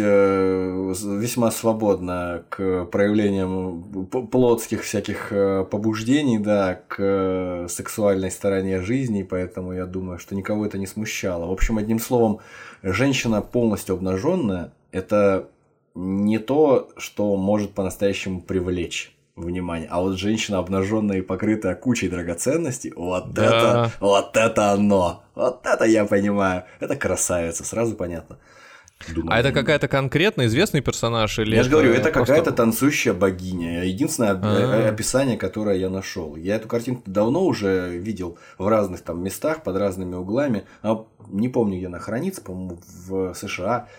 весьма свободно к проявлениям плотских всяких побуждений, да, к сексуальной стороне жизни, поэтому я думаю, что никого это не смущало. В общем, одним словом, женщина полностью обнаженная – это не то, что может по-настоящему привлечь внимание. А вот женщина, обнаженная и покрытая кучей драгоценностей, вот да. это, вот это оно. Вот это я понимаю. Это красавица, сразу понятно. Думаю, а это какая-то конкретно известный персонаж или? Я же говорю, это просто... какая-то танцующая богиня. Единственное А-а-а. описание, которое я нашел. Я эту картинку давно уже видел в разных там местах, под разными углами. А не помню, где она хранится, по-моему, в США.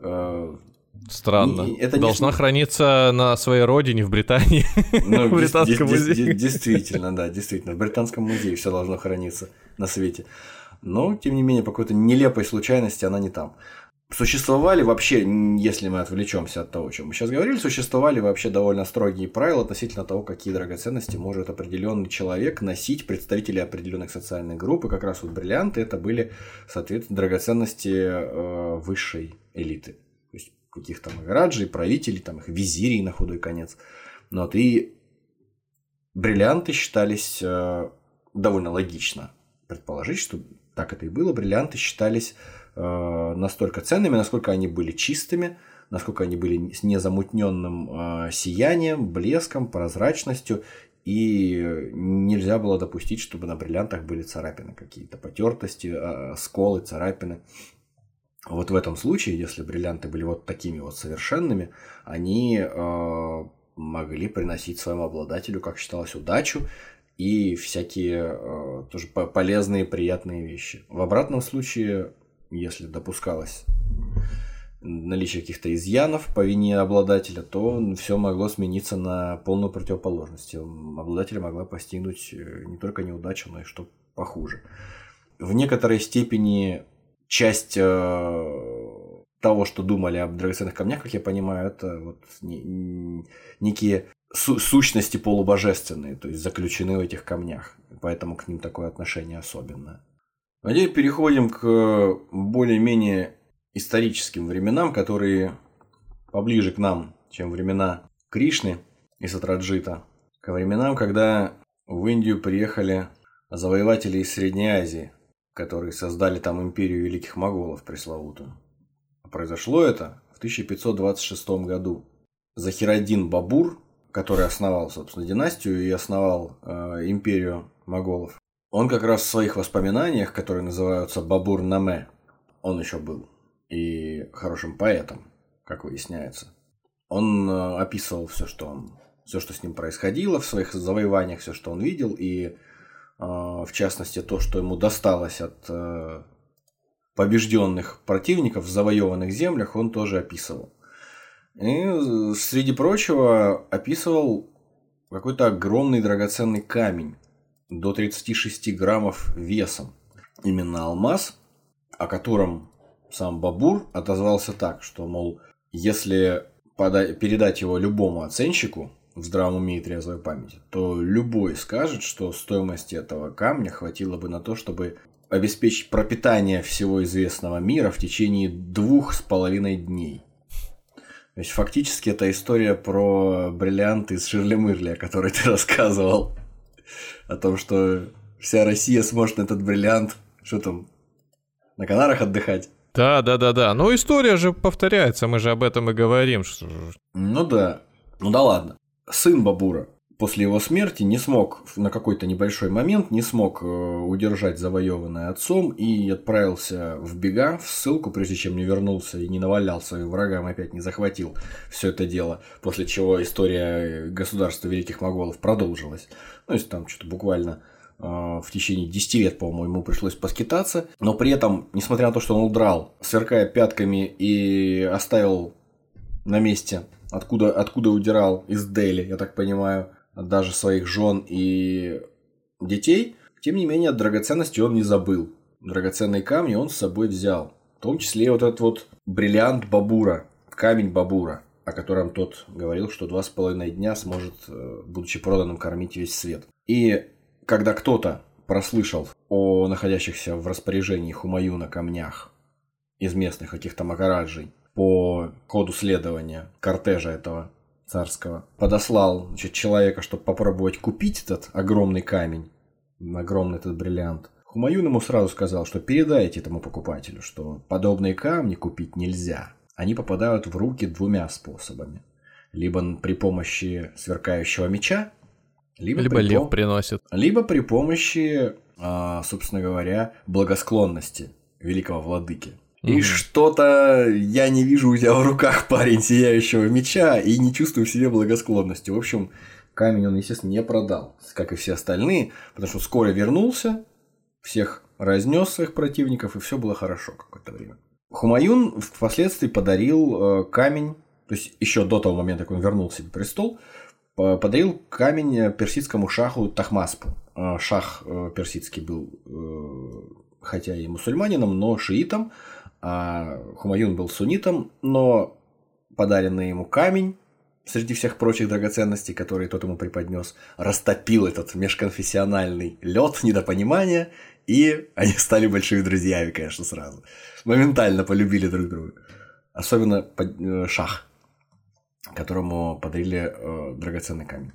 Странно. Это должна не... храниться на своей родине, в Британии. Ну, в Британском ди- музее. Ди- действительно, да, действительно. В Британском музее все должно храниться на свете. Но, тем не менее, по какой-то нелепой случайности она не там. Существовали вообще, если мы отвлечемся от того, о чем мы сейчас говорили, существовали вообще довольно строгие правила относительно того, какие драгоценности может определенный человек носить, представители определенных социальных групп. И как раз вот бриллианты это были, соответственно, драгоценности э, высшей элиты. То есть каких-то магараджей, правителей, там их визирей на худой конец. Вот, и бриллианты считались э, довольно логично предположить, что так это и было. Бриллианты считались э, настолько ценными, насколько они были чистыми, насколько они были с незамутненным э, сиянием, блеском, прозрачностью. И нельзя было допустить, чтобы на бриллиантах были царапины какие-то, потертости, э, сколы, царапины. Вот в этом случае, если бриллианты были вот такими вот совершенными, они э, могли приносить своему обладателю, как считалось, удачу и всякие э, тоже полезные, приятные вещи. В обратном случае, если допускалось наличие каких-то изъянов по вине обладателя, то все могло смениться на полную противоположность. Обладателя могла постигнуть не только неудача, но и что похуже. в некоторой степени часть э, того, что думали об драгоценных камнях, как я понимаю, это вот не, некие су- сущности полубожественные, то есть заключены в этих камнях, поэтому к ним такое отношение особенное. А теперь переходим к более-менее историческим временам, которые поближе к нам, чем времена Кришны и Сатраджита, к временам, когда в Индию приехали завоеватели из Средней Азии, которые создали там империю великих моголов пресловутую. Произошло это в тысяча пятьсот двадцать шестом году. Захираддин Бабур, который основал, собственно, династию и основал э, империю моголов, он как раз в своих воспоминаниях, которые называются Бабур-Наме, он еще был и хорошим поэтом, как выясняется. Он э, описывал все, что он, все, что с ним происходило в своих завоеваниях, все, что он видел, и э, в частности то, что ему досталось от э, побежденных противников в завоеванных землях, он тоже описывал. И, среди прочего, описывал какой-то огромный драгоценный камень до тридцати шести граммов весом. Именно алмаз, о котором сам Бабур отозвался так, что, мол, если пода- передать его любому оценщику в здравом уме и трезвой памяти, то любой скажет, что стоимость этого камня хватило бы на то, чтобы обеспечить пропитание всего известного мира в течение двух с половиной дней. То есть, фактически, это история про бриллиант из Ширли-Мырли, о которой ты рассказывал. О том, что вся Россия сможет на этот бриллиант, что там, на Канарах отдыхать. Да, да, да, да. Ну, история же повторяется, мы же об этом и говорим. Что... Ну да. Ну да ладно. Сын Бабура после его смерти не смог, на какой-то небольшой момент, не смог удержать завоеванное отцом и отправился в бега, в ссылку, прежде чем не вернулся и не навалял своим врагам, опять не захватил все это дело, после чего история государства великих моголов продолжилась. Ну, если там что-то буквально э, в течение десяти лет, по-моему, ему пришлось поскитаться, но при этом, несмотря на то, что он удрал, сверкая пятками и оставил на месте, откуда, откуда удирал, из Дели, я так понимаю, даже своих жен и детей, тем не менее, от драгоценности он не забыл. Драгоценные камни он с собой взял. В том числе вот этот вот бриллиант Бабура, камень Бабура, о котором тот говорил, что два с половиной дня сможет, будучи проданным, кормить весь свет. И когда кто-то прослышал о находящихся в распоряжении Хумаюна камнях из местных каких-то махараджей по ходу следования кортежа этого царского, подослал, значит, человека, чтобы попробовать купить этот огромный камень, огромный этот бриллиант, Хумаюн ему сразу сказал, что передайте этому покупателю, что подобные камни купить нельзя. Они попадают в руки двумя способами. Либо при помощи сверкающего меча, либо, либо при лев пом... приносит. Либо при помощи, собственно говоря, благосклонности великого владыки. И угу. что-то я не вижу у тебя в руках, парень, сияющего меча, и не чувствую в себе благосклонности. В общем, камень он, естественно, не продал, как и все остальные, потому что скоро вернулся, всех разнес своих противников, и все было хорошо какое-то время. Хумаюн впоследствии подарил камень, то есть еще до того момента, как он вернул себе престол, подарил камень персидскому шаху Тахмаспу. Шах персидский был, хотя и мусульманином, но шиитом, а Хумаюн был суннитом, но подаренный ему камень среди всех прочих драгоценностей, которые тот ему преподнес, растопил этот межконфессиональный лед недопонимания, и они стали большими друзьями, конечно, сразу. Моментально полюбили друг друга. Особенно шах, которому подарили э, драгоценный камень.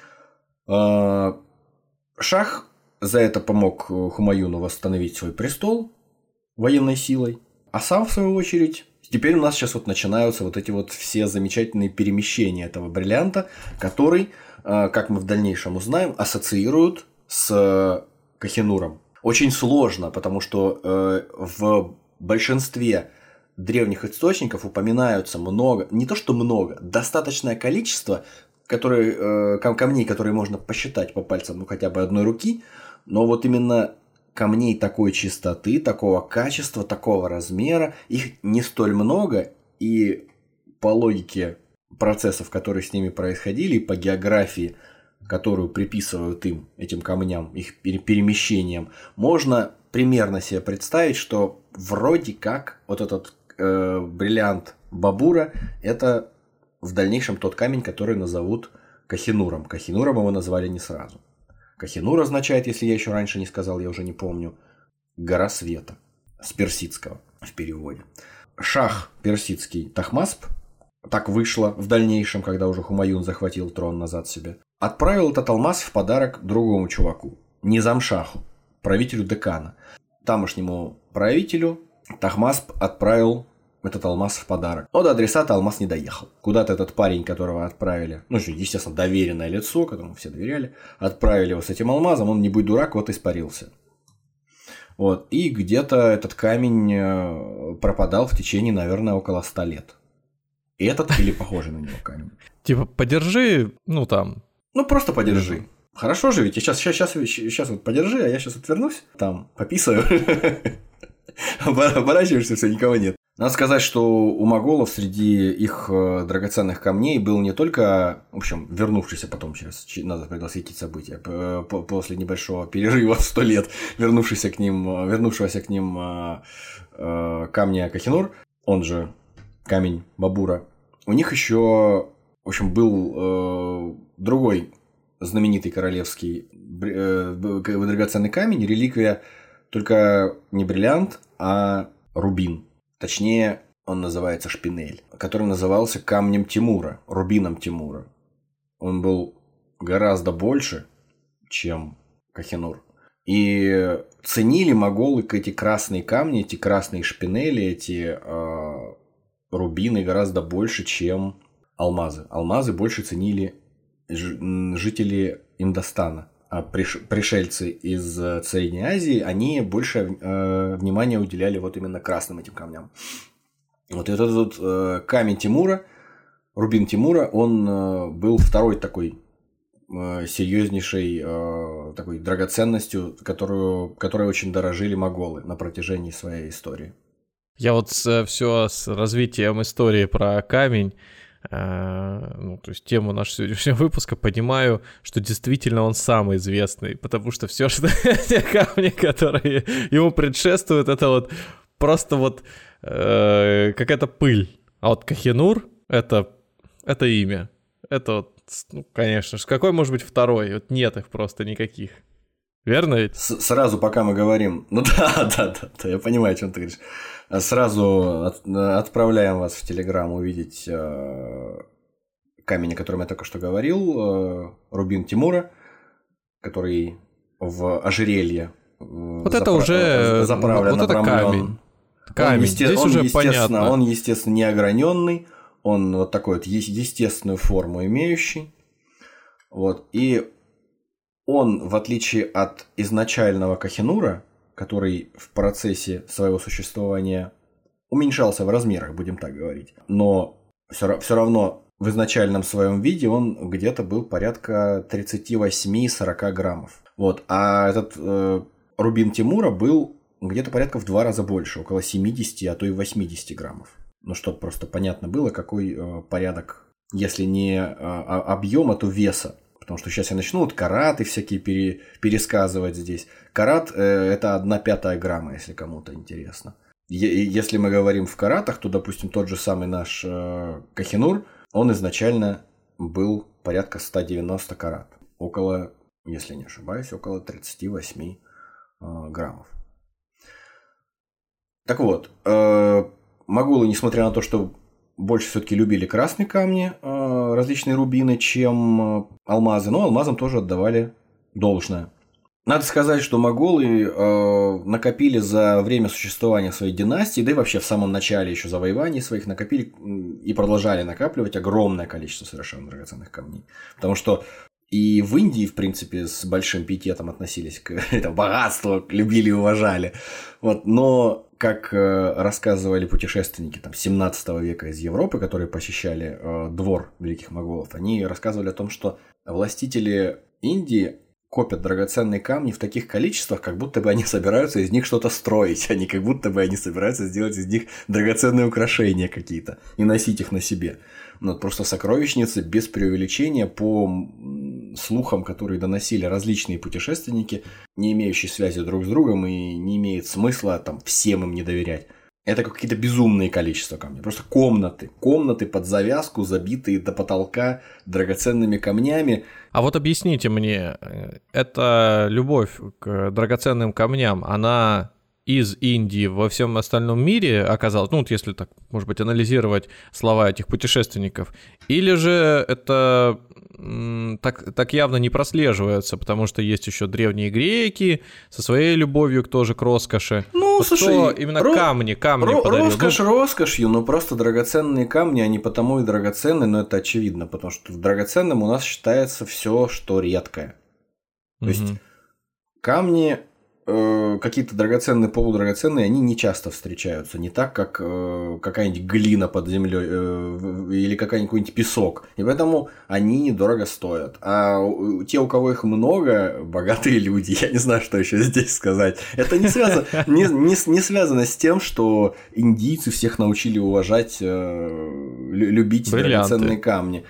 Э, шах за это помог Хумаюну восстановить свой престол военной силой, а сам, в свою очередь, теперь у нас сейчас вот начинаются вот эти вот все замечательные перемещения этого бриллианта, который, как мы в дальнейшем узнаем, ассоциируют с Кохинуром. Очень сложно, потому что в большинстве древних источников упоминаются много, не то что много, достаточное количество которые, камней, которые можно посчитать по пальцам, ну, хотя бы одной руки, но вот именно камней такой чистоты, такого качества, такого размера, их не столь много, и по логике процессов, которые с ними происходили, и по географии, которую приписывают им, этим камням, их перемещениям, можно примерно себе представить, что вроде как вот этот э, бриллиант Бабура – это в дальнейшем тот камень, который назовут Кохинуром. Кохинуром его назвали не сразу. Кохинур означает, если я еще раньше не сказал, я уже не помню, гора света, с персидского в переводе. Шах персидский Тахмасп, так вышло в дальнейшем, когда уже Хумаюн захватил трон назад себе, отправил этот алмаз в подарок другому чуваку, Низам-шаху, правителю Декана. Тамошнему правителю Тахмасп отправил этот алмаз в подарок. Но до адресата алмаз не доехал. Куда-то этот парень, которого отправили, ну, естественно, доверенное лицо, которому все доверяли, отправили его с этим алмазом, он, не будь дурак, вот испарился. Вот. И где-то этот камень пропадал в течение, наверное, около ста лет. И этот или похожий на него камень. Типа, подержи, ну там. Ну, просто подержи. Хорошо же, ведь я сейчас, сейчас, сейчас, сейчас вот подержи, а я сейчас отвернусь, там, пописаю. Оборачиваешься, все, никого нет. Надо сказать, что у моголов среди их драгоценных камней был не только, в общем, вернувшийся потом, через, надо предвосхитить события, после небольшого перерыва в сто лет, вернувшийся к ним, вернувшегося к ним камня Кохинур, он же камень Бабура, у них еще, в общем, был другой знаменитый королевский драгоценный камень, реликвия, только не бриллиант, а рубин. Точнее, он называется шпинель, который назывался камнем Тимура, рубином Тимура. Он был гораздо больше, чем Кохинур. И ценили моголы эти красные камни, эти красные шпинели, эти э, рубины гораздо больше, чем алмазы. Алмазы больше ценили жители Индостана. А пришельцы из Средней Азии, они больше э, внимания уделяли вот именно красным этим камням. Вот этот вот э, камень Тимура, рубин Тимура, он э, был второй такой э, серьезнейшей э, такой драгоценностью, которую, которой очень дорожили моголы на протяжении своей истории. Я вот все с развитием истории про камень, ну, то есть тему нашего сегодняшнего выпуска, понимаю, что действительно он самый известный, потому что все, что те камни, которые ему предшествуют, это вот просто вот э, какая-то пыль. А вот Кохинур это, это имя. Это вот, ну, конечно же, какой может быть второй? Вот нет их просто никаких. Верно ведь? С- сразу, пока мы говорим, ну да, да, да, да, я понимаю, о чем ты говоришь. Сразу от, отправляем вас в Телеграм увидеть э, камень, о котором я только что говорил, э, рубин Тимура, который в ожерелье вот запра- это уже заправлен, вот это камень. Камень. Он, есте- Здесь он, уже естественно, понятно. Он, естественно, не ограненный, он вот такой вот естественную форму имеющий. Вот. И он, в отличие от изначального Кохинура, который в процессе своего существования уменьшался в размерах, будем так говорить, но все, все равно в изначальном своем виде он где-то был порядка тридцать восемь сорок граммов. Вот. А этот э, рубин Тимура был где-то порядка в два раза больше, около семьдесят, а то и восемьдесят граммов. Ну, чтобы просто понятно было, какой э, порядок, если не э, объема, то веса. Потому что сейчас я начну вот караты всякие пере, пересказывать здесь. Карат э, – это одна пятая грамма, если кому-то интересно. Е- если мы говорим в каратах, то, допустим, тот же самый наш э, Кохинур, он изначально был порядка сто девяносто карат. Около, если не ошибаюсь, около тридцать восемь э, граммов. Так вот, э, моголы, несмотря на то, что больше все-таки любили красные камни, различные рубины, чем алмазы, но алмазам тоже отдавали должное. Надо сказать, что моголы накопили за время существования своей династии, да и вообще в самом начале еще завоеваний своих накопили и продолжали накапливать огромное количество совершенно драгоценных камней. Потому что и в Индии, в принципе, с большим пиететом относились к этому богатству, любили и уважали. Вот. Но, как э, рассказывали путешественники там, семнадцатого века из Европы, которые посещали э, двор великих моголов, они рассказывали о том, что властители Индии копят драгоценные камни в таких количествах, как будто бы они собираются из них что-то строить, а не как будто бы они собираются сделать из них драгоценные украшения какие-то и носить их на себе. Ну, просто сокровищницы без преувеличения по слухам, которые доносили различные путешественники, не имеющие связи друг с другом, и не имеет смысла там всем им не доверять. Это какие-то безумные количества камней. Просто комнаты. Комнаты под завязку, забитые до потолка драгоценными камнями. А вот объясните мне, эта любовь к драгоценным камням, она из Индии во всем остальном мире оказалась, ну вот если так, может быть, анализировать слова этих путешественников, или же это м, так, так явно не прослеживается, потому что есть еще древние греки со своей любовью тоже к роскоши. Ну, вот слушай, кто именно ро- камни, камни ро- подарил? Роскошь ну, роскошью, но просто драгоценные камни, они потому и драгоценные, но это очевидно, потому что драгоценным у нас считается все, что редкое. То угу. есть камни... какие-то драгоценные, полудрагоценные, они не часто встречаются. Не так, как э, какая-нибудь глина под землей э, или какой-нибудь песок. И поэтому они недорого стоят. А те, у кого их много, богатые люди, я не знаю, что еще здесь сказать. Это не связано, не, не, не связано с тем, что индийцы всех научили уважать, э, любить бриллианты. Драгоценные камни.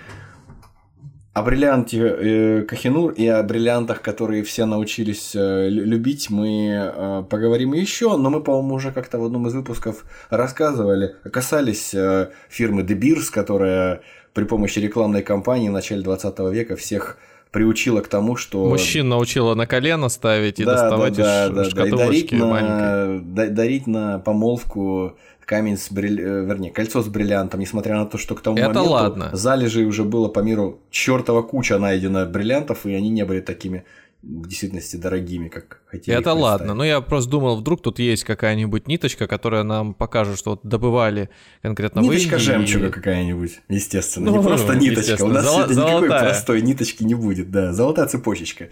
О бриллианте э, Кохинур и о бриллиантах, которые все научились э, любить, мы э, поговорим еще, но мы, по-моему, уже как-то в одном из выпусков рассказывали, касались э, фирмы De Beers, которая при помощи рекламной кампании в начале двадцатого века всех приучила к тому, что... Мужчин научила на колено ставить и да, доставать да, из да, шкатулочки да, маленькой. На, дарить на помолвку камень с бриль... вернее, кольцо с бриллиантом, несмотря на то, что к тому Это моменту ладно. залежей уже было по миру чертова куча найдено бриллиантов, и они не были такими в действительности дорогими, как хотели. Это ладно, но я просто думал, вдруг тут есть какая-нибудь ниточка, которая нам покажет, что вот добывали конкретно ниточка в Индии. Ниточка жемчуга какая-нибудь, естественно, ну, не просто ниточка. У нас Зол... сегодня никакой золотая. простой ниточки не будет, да, золотая цепочечка,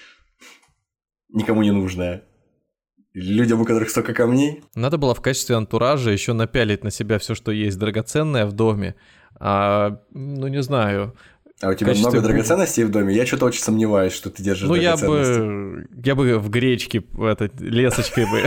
никому не нужная. Людям, у которых столько камней. Надо было в качестве антуража еще напялить на себя все, что есть драгоценное в доме. А, ну, не знаю. А у тебя качестве... много драгоценностей в доме? Я что-то очень сомневаюсь, что ты держишь ну, драгоценности. Ну, я бы, я бы в гречке это, лесочкой бы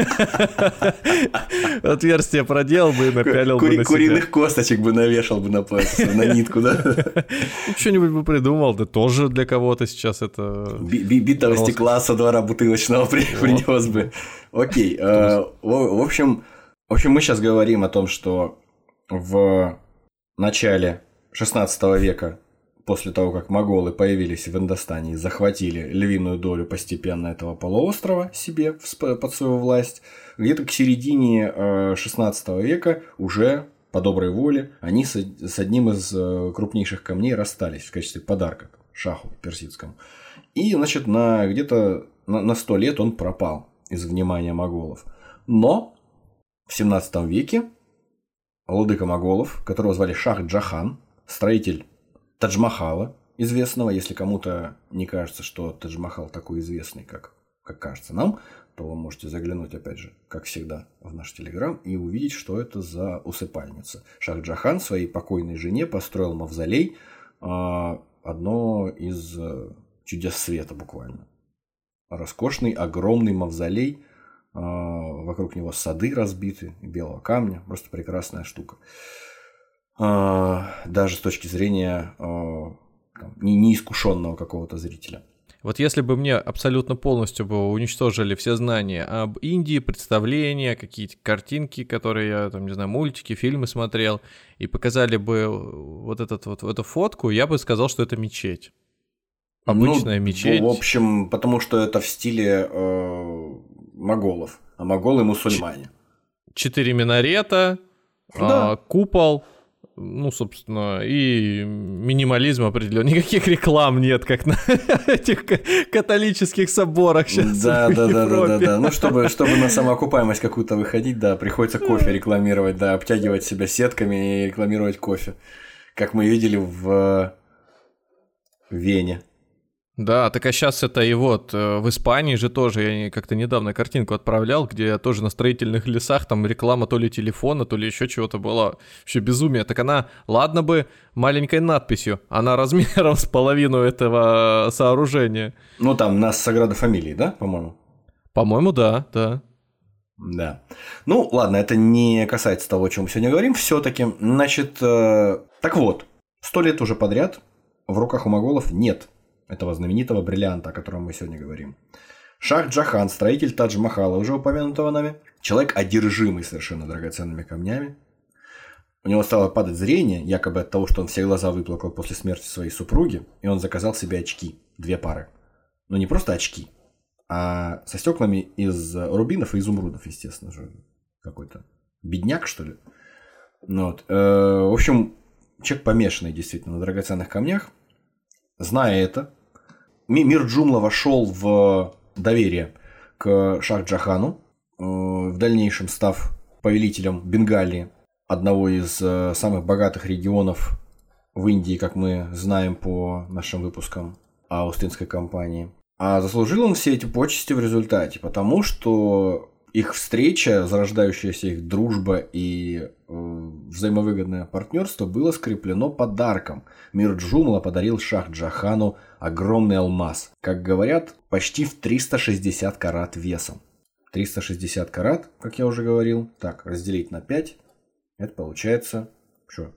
отверстие проделал бы и напялил бы на себя. Куриных косточек бы навешал бы на нитку, да? Что-нибудь бы придумал, да тоже для кого-то сейчас это... Битого стекла со двора бутылочного принес бы. Окей, в общем, в общем, мы сейчас говорим о том, что в начале шестнадцатого века, после того, как моголы появились в Индостане и захватили львиную долю постепенно этого полуострова себе под свою власть, где-то к середине шестнадцатого века уже по доброй воле они с одним из крупнейших камней расстались в качестве подарка шаху персидскому. И, значит, на где-то на сто лет он пропал из внимания моголов. Но в семнадцатом веке владыка моголов, которого звали Шах Джахан, строитель Тадж-Махала, известного, если кому-то не кажется, что Тадж-Махал такой известный, как, как кажется нам, то вы можете заглянуть, опять же, как всегда, в наш Телеграм и увидеть, что это за усыпальница. Шах Джахан своей покойной жене построил мавзолей, одно из чудес света буквально. Роскошный, огромный мавзолей, вокруг него сады разбиты, белого камня, просто прекрасная штука. Даже с точки зрения там, неискушенного какого-то зрителя. Вот если бы мне абсолютно полностью бы уничтожили все знания об Индии, представления, какие-то картинки, которые я, там, не знаю, мультики, фильмы смотрел, и показали бы вот, этот, вот эту фотку, я бы сказал, что это мечеть. Обычная ну, мечеть. В общем, потому что это в стиле э, моголов, а моголы мусульмане. Четыре минарета, да. э, купол. Ну, собственно, и минимализм определенный. Никаких реклам нет, как на этих католических соборах сейчас. Да, да, да, да, да, да. Ну, чтобы, чтобы на самоокупаемость какую-то выходить, да, приходится кофе рекламировать, да, обтягивать себя сетками и рекламировать кофе. Как мы видели в Вене. Да, так а сейчас это и вот в Испании же тоже, я как-то недавно картинку отправлял, где тоже на строительных лесах там реклама то ли телефона, то ли еще чего-то была, вообще безумие. Так она, ладно бы маленькой надписью, она размером с половину этого сооружения. Ну там на Саграда Фамилии, да, по-моему? По-моему, да, да. Да. Ну, ладно, это не касается того, о чем мы сегодня говорим, все-таки. Значит, э, так вот, сто лет уже подряд в руках у моголов нет этого знаменитого бриллианта, о котором мы сегодня говорим. Шах-Джахан, строитель Тадж-Махала, уже упомянутого нами, человек, одержимый совершенно драгоценными камнями. У него стало падать зрение, якобы от того, что он все глаза выплакал после смерти своей супруги, и он заказал себе очки, две пары. Но не просто очки, а со стеклами из рубинов и изумрудов, естественно же. Какой-то бедняк, что ли. Ну, вот. В общем, человек помешанный действительно на драгоценных камнях. Зная это, Мир Джумла вошел в доверие к Шах-Джахану, в дальнейшем став повелителем Бенгалии, одного из самых богатых регионов в Индии, как мы знаем по нашим выпускам о Остинской компании. А заслужил он все эти почести в результате, потому что их встреча, зарождающаяся их дружба и взаимовыгодное партнерство было скреплено подарком. Мир Джумла подарил Шах-Джахану огромный алмаз, как говорят, почти в триста шестьдесят карат весом. триста шестьдесят карат, как я уже говорил, так, разделить на пять, это получается, что,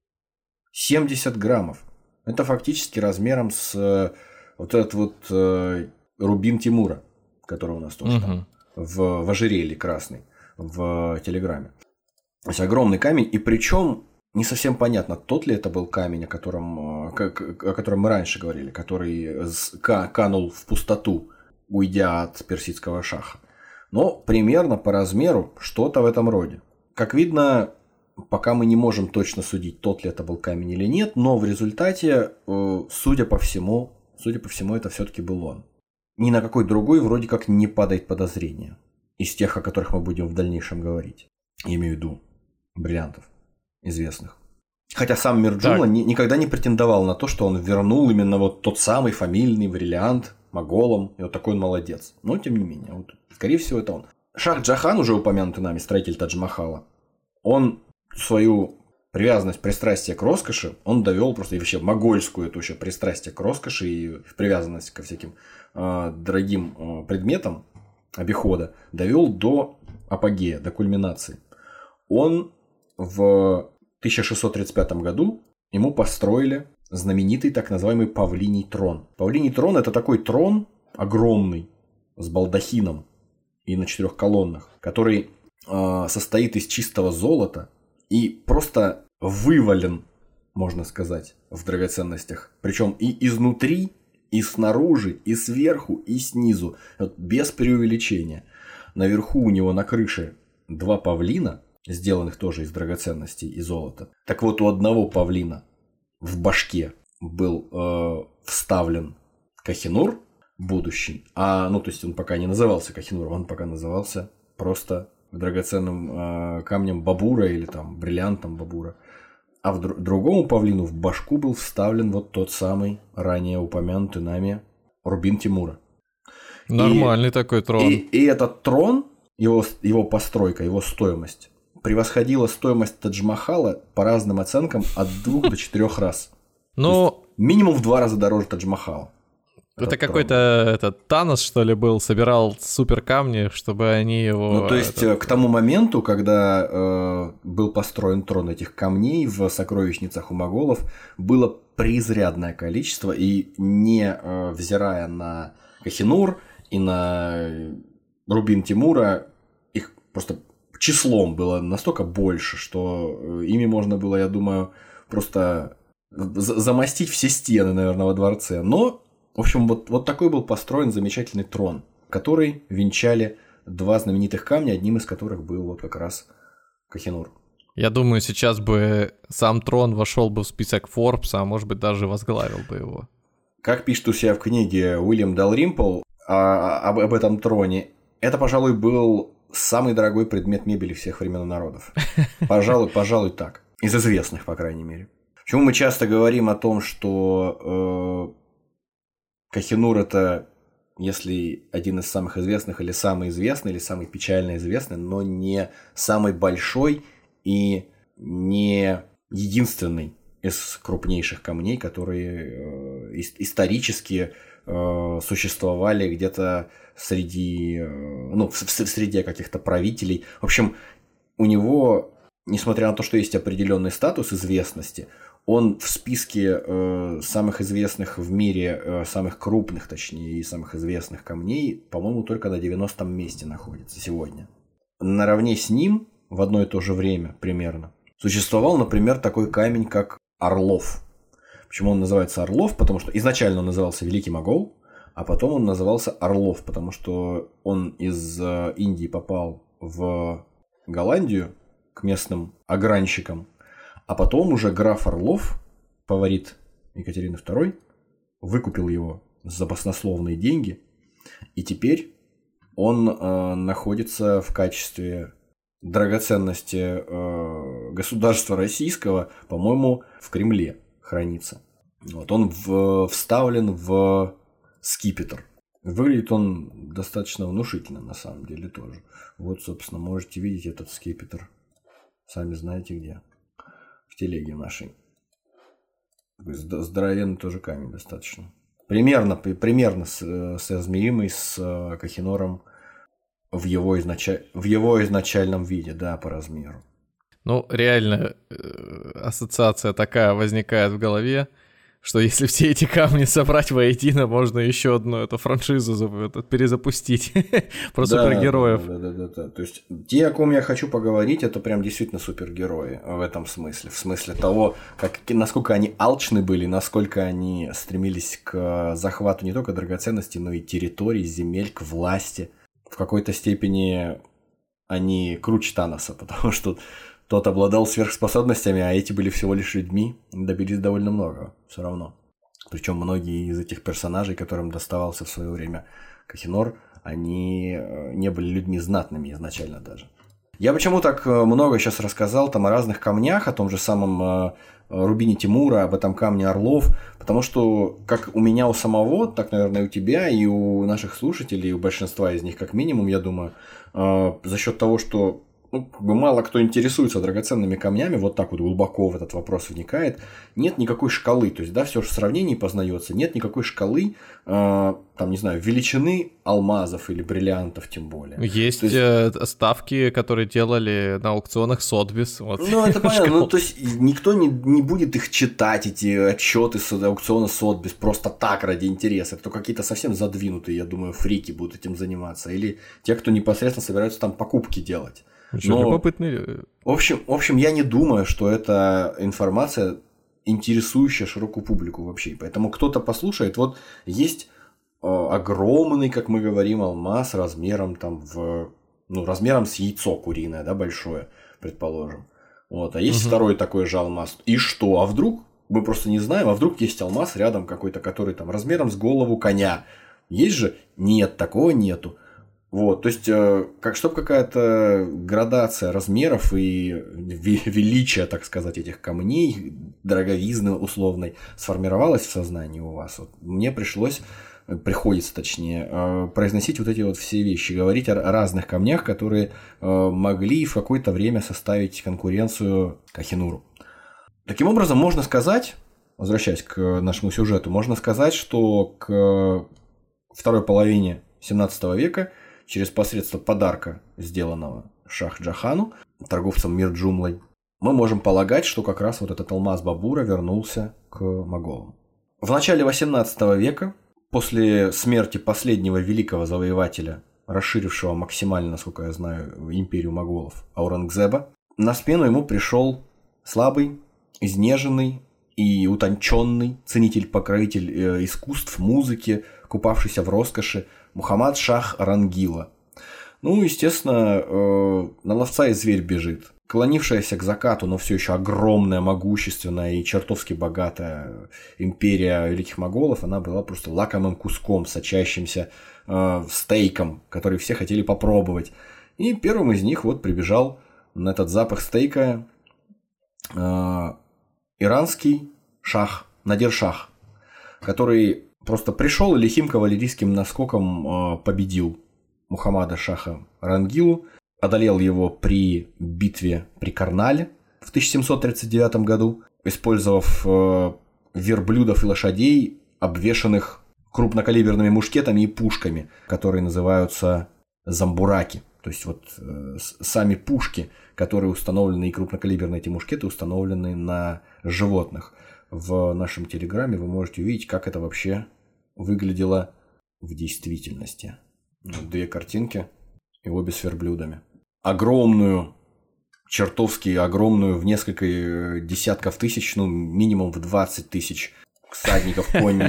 семьдесят граммов. Это фактически размером с вот этот вот э, рубин Тимура, который у нас тоже угу. там в, в ожерелье красный, в Телеграме. То есть огромный камень, и причем не совсем понятно, тот ли это был камень, о котором, о котором мы раньше говорили, который канул в пустоту, уйдя от персидского шаха. Но примерно по размеру что-то в этом роде. Как видно, пока мы не можем точно судить, тот ли это был камень или нет, но в результате, судя по всему, судя по всему, это все-таки был он. Ни на какой другой вроде как не падает подозрение из тех, о которых мы будем в дальнейшем говорить. Я имею в виду бриллиантов известных. Хотя сам Мир Джумла ни, никогда не претендовал на то, что он вернул именно вот тот самый фамильный бриллиант моголам, и вот такой он молодец. Но тем не менее, вот, скорее всего, это он. Шах-Джахан, уже упомянутый нами, строитель Тадж-Махала, он свою привязанность, пристрастие к роскоши, он довел просто и вообще могольскую эту еще пристрастие к роскоши и привязанность ко всяким э, дорогим э, предметам обихода довел до апогея, до кульминации. Он в тысяча шестьсот тридцать пятом году ему построили знаменитый так называемый павлиний трон. Павлиний трон – это такой трон огромный, с балдахином и на четырех колоннах, который э, состоит из чистого золота и просто вывален, можно сказать, в драгоценностях. Причем и изнутри, и снаружи, и сверху, и снизу. Вот без преувеличения. Наверху у него на крыше два павлина, сделанных тоже из драгоценностей и золота. Так вот, у одного павлина в башке был э, вставлен Кохинур будущий. А, ну, то есть он пока не назывался Кохинуром, он пока назывался просто драгоценным э, камнем Бабура или там бриллиантом Бабура. А в др- другому павлину в башку был вставлен вот тот самый ранее упомянутый нами рубин Тимура. Нормальный и, такой трон. И, и этот трон, его, его постройка, его стоимость превосходила стоимость Тадж-Махала по разным оценкам от двух до четырех раз. Ну, минимум в два раза дороже Тадж-Махала. Это какой-то этот Танос, что ли, был, собирал супер камни, чтобы они его... Ну, то есть, это... к тому моменту, когда э, был построен трон этих камней в сокровищницах у моголов, было преизрядное количество, и не э, взирая на Кохинур и на рубин Тимура, их просто числом было настолько больше, что ими можно было, я думаю, просто замостить все стены, наверное, во дворце. Но... В общем, вот, вот такой был построен замечательный трон, который венчали два знаменитых камня, одним из которых был вот как раз Кохинур. Я думаю, сейчас бы сам трон вошел бы в список Forbes, а может быть даже возглавил бы его. Как пишет у себя в книге Уильям Далримпл а, об, об этом троне, это, пожалуй, был самый дорогой предмет мебели всех времен и народов. Пожалуй, пожалуй, так. Из известных, по крайней мере. Почему мы часто говорим о том, что... Э, Кохинур – это, если один из самых известных, или самый известный, или самый печально известный, но не самый большой и не единственный из крупнейших камней, которые э, исторически э, существовали где-то среди, э, ну, в, в среде каких-то правителей. В общем, у него, несмотря на то, что есть определенный статус известности, Он в списке э, самых известных в мире, э, самых крупных, точнее, и самых известных камней, по-моему, только на девяностом месте находится сегодня. Наравне с ним, в одно и то же время примерно, существовал, например, такой камень, как Орлов. Почему он называется Орлов? Потому что изначально он назывался Великий Могол, а потом он назывался Орлов, потому что он из э, Индии попал в Голландию к местным огранщикам. А потом уже граф Орлов, фаворит Екатерины второй, выкупил его за баснословные деньги. И теперь он э, находится в качестве драгоценности э, государства российского, по-моему, в Кремле хранится. Вот, он в, вставлен в скипетр. Выглядит он достаточно внушительно, на самом деле, тоже. Вот, собственно, можете видеть этот скипетр. Сами знаете где. В телеге нашей. Здоровенный тоже камень достаточно. Примерно, примерно соизмеримый с Кохинором в его, изначаль... в его изначальном виде, да, по размеру. Ну, реально, ассоциация такая возникает в голове, что если все эти камни собрать воедино, можно еще одну эту франшизу перезапустить про да, супергероев. Да, да, да, да, да. То есть те, о ком я хочу поговорить, это прям действительно супергерои в этом смысле. В смысле того, как, насколько они алчны были, насколько они стремились к захвату не только драгоценностей, но и территорий, земель, к власти. В какой-то степени они круче Таноса, потому что тот обладал сверхспособностями, а эти были всего лишь людьми, добились довольно много все равно. Причем многие из этих персонажей, которым доставался в свое время Кохинор, они не были людьми знатными изначально даже. Я почему так много сейчас рассказал там о разных камнях, о том же самом Рубине Тимура, об этом камне Орлов, потому что как у меня у самого, так, наверное, у тебя и у наших слушателей, у большинства из них как минимум, я думаю, за счет того, что ну, как бы мало кто интересуется драгоценными камнями, вот так вот глубоко в этот вопрос вникает, нет никакой шкалы, то есть, да, все же в сравнении познается, нет никакой шкалы, э, там, не знаю, величины алмазов или бриллиантов тем более. Есть, есть... Э, ставки, которые делали на аукционах Сотбис. Вот. Ну, это понятно, ну, то есть, никто не, не будет их читать, эти отчеты с аукциона Сотбис, просто так, ради интереса, это какие-то совсем задвинутые, я думаю, фрики будут этим заниматься, или те, кто непосредственно собираются там покупки делать. Но, любопытный. В общем, в общем, я не думаю, что это информация, интересующая широкую публику вообще. Поэтому кто-то послушает. Вот есть э, огромный, как мы говорим, алмаз размером там в, ну, размером с яйцо куриное, да, большое, предположим. Вот, а есть угу. второй такой же алмаз. И что? А вдруг мы просто не знаем, а вдруг есть алмаз рядом какой-то, который там размером с голову коня. Есть же? Нет, такого нету. Вот, то есть, как, чтобы какая-то градация размеров и величия, так сказать, этих камней, дороговизны условной, сформировалась в сознании у вас. Вот, мне пришлось, приходится точнее, произносить вот эти вот все вещи, говорить о разных камнях, которые могли в какое-то время составить конкуренцию Кохинуру. Таким образом, можно сказать, возвращаясь к нашему сюжету, можно сказать, что к второй половине семнадцатого века через посредство подарка, сделанного Шах-Джахану, торговцам Мир-Джумлой, мы можем полагать, что как раз вот этот алмаз Бабура вернулся к моголам. В начале восемнадцатого века, после смерти последнего великого завоевателя, расширившего максимально, насколько я знаю, империю моголов, Аурангзеба, на смену ему пришел слабый, изнеженный и утонченный ценитель-покровитель искусств, музыки, купавшийся в роскоши, Мухаммад Шах Рангила. Ну, естественно, э, на ловца и зверь бежит. Клонившаяся к закату, но все еще огромная, могущественная и чертовски богатая империя великих моголов, она была просто лакомым куском, сочащимся э, стейком, который все хотели попробовать. И первым из них вот прибежал на этот запах стейка э, иранский шах, Надир-Шах, который просто пришел и лихим кавалерийским наскоком э, победил Мухаммада Шаха Рангилу, одолел его при битве при Карнале в тысяча семьсот тридцать девятом году, использовав э, верблюдов и лошадей, обвешанных крупнокалиберными мушкетами и пушками, которые называются замбураки. То есть вот э, сами пушки, которые установлены, и крупнокалиберные эти мушкеты установлены на животных. В нашем телеграме вы можете увидеть, как это вообще выглядело в действительности. Две картинки, и обе с верблюдами. Огромную, чертовски огромную, в несколько десятков тысяч, ну минимум в двадцать тысяч всадников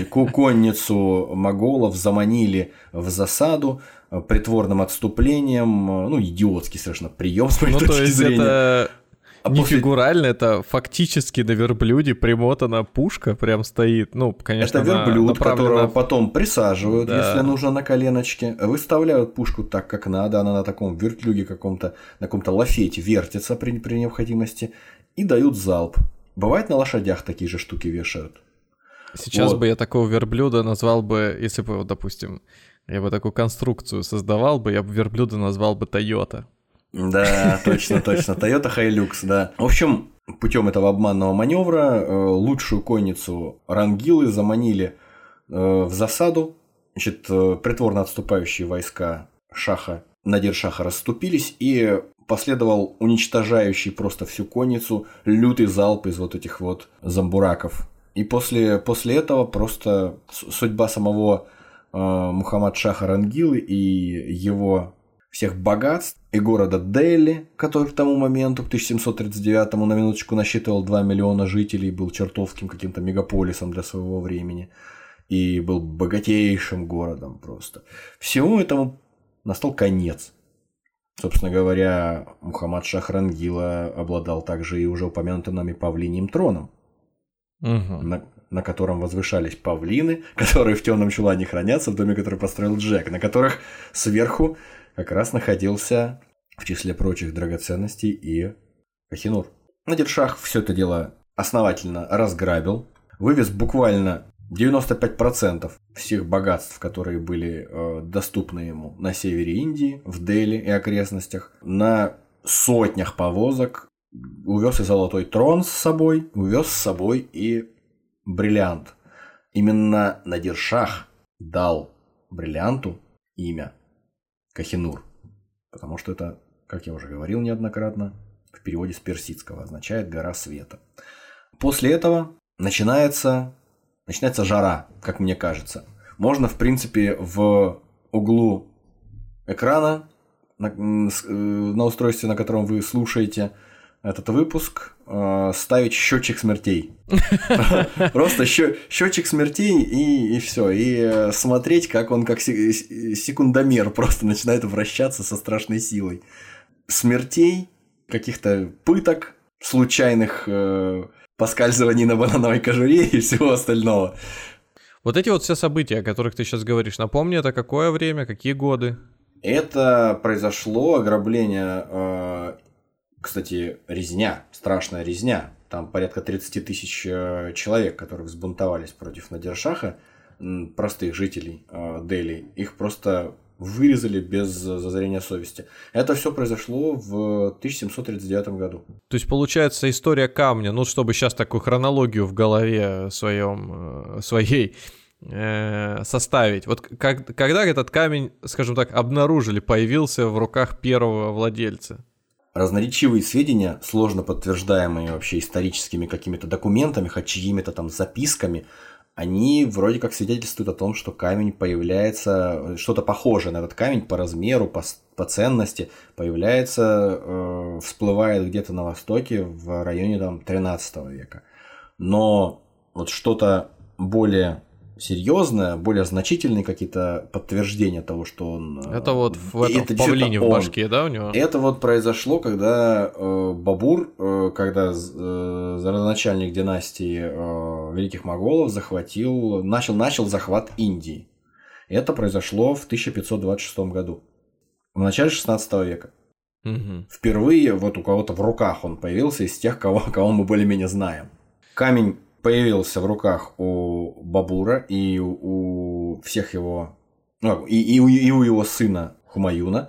конницу моголов заманили в засаду притворным отступлением. Ну, идиотский совершенно прием с моей ну, точки то есть зрения. Это... А не после... фигурально, это фактически на верблюде примотана пушка прям стоит. Ну, конечно, это верблюд, направлена... которого потом присаживают, да. если нужно, на коленочке. Выставляют пушку так, как надо. Она на таком вертлюге каком-то, на каком-то лафете вертится при, при необходимости. И дают залп. Бывает, на лошадях такие же штуки вешают. Сейчас вот. бы я такого верблюда назвал бы, если бы, вот, допустим, я бы такую конструкцию создавал бы, я бы верблюда назвал бы Toyota. Да, точно, точно. Toyota Hilux, да. В общем, путем этого обманного маневра лучшую конницу Рангилы заманили в засаду. Значит, притворно отступающие войска шаха, Надир-шаха расступились, и последовал уничтожающий просто всю конницу лютый залп из вот этих вот замбураков. И после, после этого просто судьба самого э, Мухаммад-шаха Рангилы и его всех богатств и города Дели, который к тому моменту, к тысяча семьсот тридцать девятому, на минуточку насчитывал два миллиона жителей, был чертовским каким-то мегаполисом для своего времени и был богатейшим городом просто. Всему этому настал конец. Собственно говоря, Мухаммад-шах Рангила обладал также и уже упомянутым нами павлиньим троном, угу. на, на котором возвышались павлины, которые в темном чулане хранятся в доме, который построил Джек, на которых сверху как раз находился, в числе прочих драгоценностей, и Кохинур. Надир-шах все это дело основательно разграбил, вывез буквально девяносто пять процентов всех богатств, которые были э, доступны ему на севере Индии, в Дели и окрестностях, на сотнях повозок, увез и золотой трон с собой, увез с собой и бриллиант. Именно Надир-шах дал бриллианту имя Кохинур, потому что это, как я уже говорил неоднократно, в переводе с персидского означает «гора света». После этого начинается, начинается жара, как мне кажется. Можно, в принципе, в углу экрана на, на устройстве, на котором вы слушаете этот выпуск, ставить счетчик смертей. Просто счетчик смертей и, и все. И смотреть, как он как секундомер просто начинает вращаться со страшной силой. Смертей, каких-то пыток, случайных э, поскальзываний на банановой кожуре и всего остального. Вот эти вот все события, о которых ты сейчас говоришь, напомни, это какое время, какие годы? Это произошло ограбление... Э, Кстати, резня, страшная резня. Там порядка тридцать тысяч человек, которые взбунтовались против Надир-шаха, простых жителей Дели. Их просто вырезали без зазрения совести. Это все произошло в тысяча семьсот тридцать девятом году. То есть, получается, история камня, ну, чтобы сейчас такую хронологию в голове своем, своей э, составить. Вот как, когда этот камень, скажем так, обнаружили, появился в руках первого владельца? Разноречивые сведения, сложно подтверждаемые вообще историческими какими-то документами, хоть чьими-то там записками, они вроде как свидетельствуют о том, что камень появляется, что-то похожее на этот камень по размеру, по, по ценности, появляется, э, всплывает где-то на востоке в районе там тринадцатого века. Но вот что-то более серьезное, более значительные какие-то подтверждения того, что он... Это вот в этом это павлине в башке, да, у него? Это вот произошло, когда э, Бабур, э, когда э, родоначальник династии э, великих моголов захватил, начал, начал захват Индии. Это произошло в тысяча пятьсот двадцать шестом году, в начале шестнадцатого века. Угу. Впервые вот у кого-то в руках он появился из тех, кого, кого мы более-менее знаем. Камень появился в руках у Бабура и у всех его, ну, и, и, у, и у его сына Хумаюна,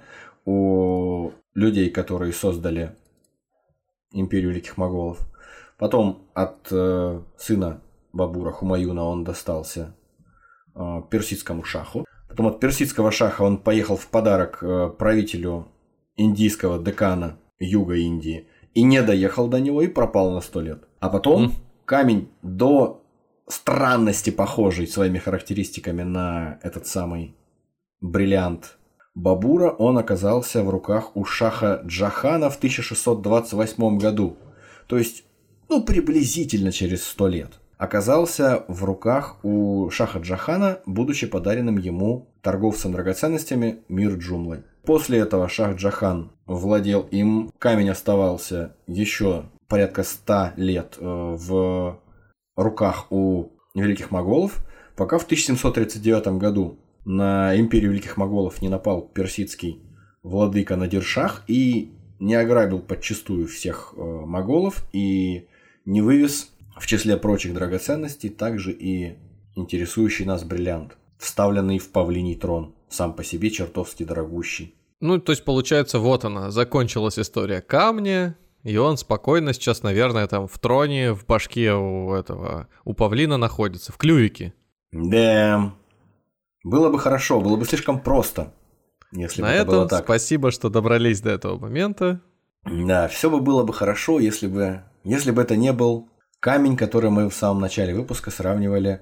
у людей, которые создали империю великих моголов. Потом от э, сына Бабура Хумаюна он достался э, персидскому шаху. Потом от персидского шаха он поехал в подарок э, правителю индийского декана юга Индии и не доехал до него и пропал на сто лет. А потом mm. камень до странности похожий своими характеристиками на этот самый бриллиант Бабура, он оказался в руках у шаха Джахана в тысяча шестьсот двадцать восьмом году. То есть, ну, приблизительно через сто лет. Оказался в руках у шаха Джахана, будучи подаренным ему торговцем драгоценностями Мир Джумлой. После этого шах Джахан владел им, камень оставался еще порядка ста лет в руках у великих моголов, пока в тысяча семьсот тридцать девятом году на империю великих моголов не напал персидский владыка Надир-шах и не ограбил подчистую всех моголов и не вывез в числе прочих драгоценностей также и интересующий нас бриллиант, вставленный в павлиний трон, сам по себе чертовски дорогущий. Ну, то есть, получается, вот она, закончилась история камня, и он спокойно сейчас, наверное, там в троне, в башке у этого, у павлина находится, в клювике. Да, было бы хорошо, было бы слишком просто, если На бы это этом было так. Спасибо, что добрались до этого момента. Да, все бы было бы хорошо, если бы, если бы это не был камень, который мы в самом начале выпуска сравнивали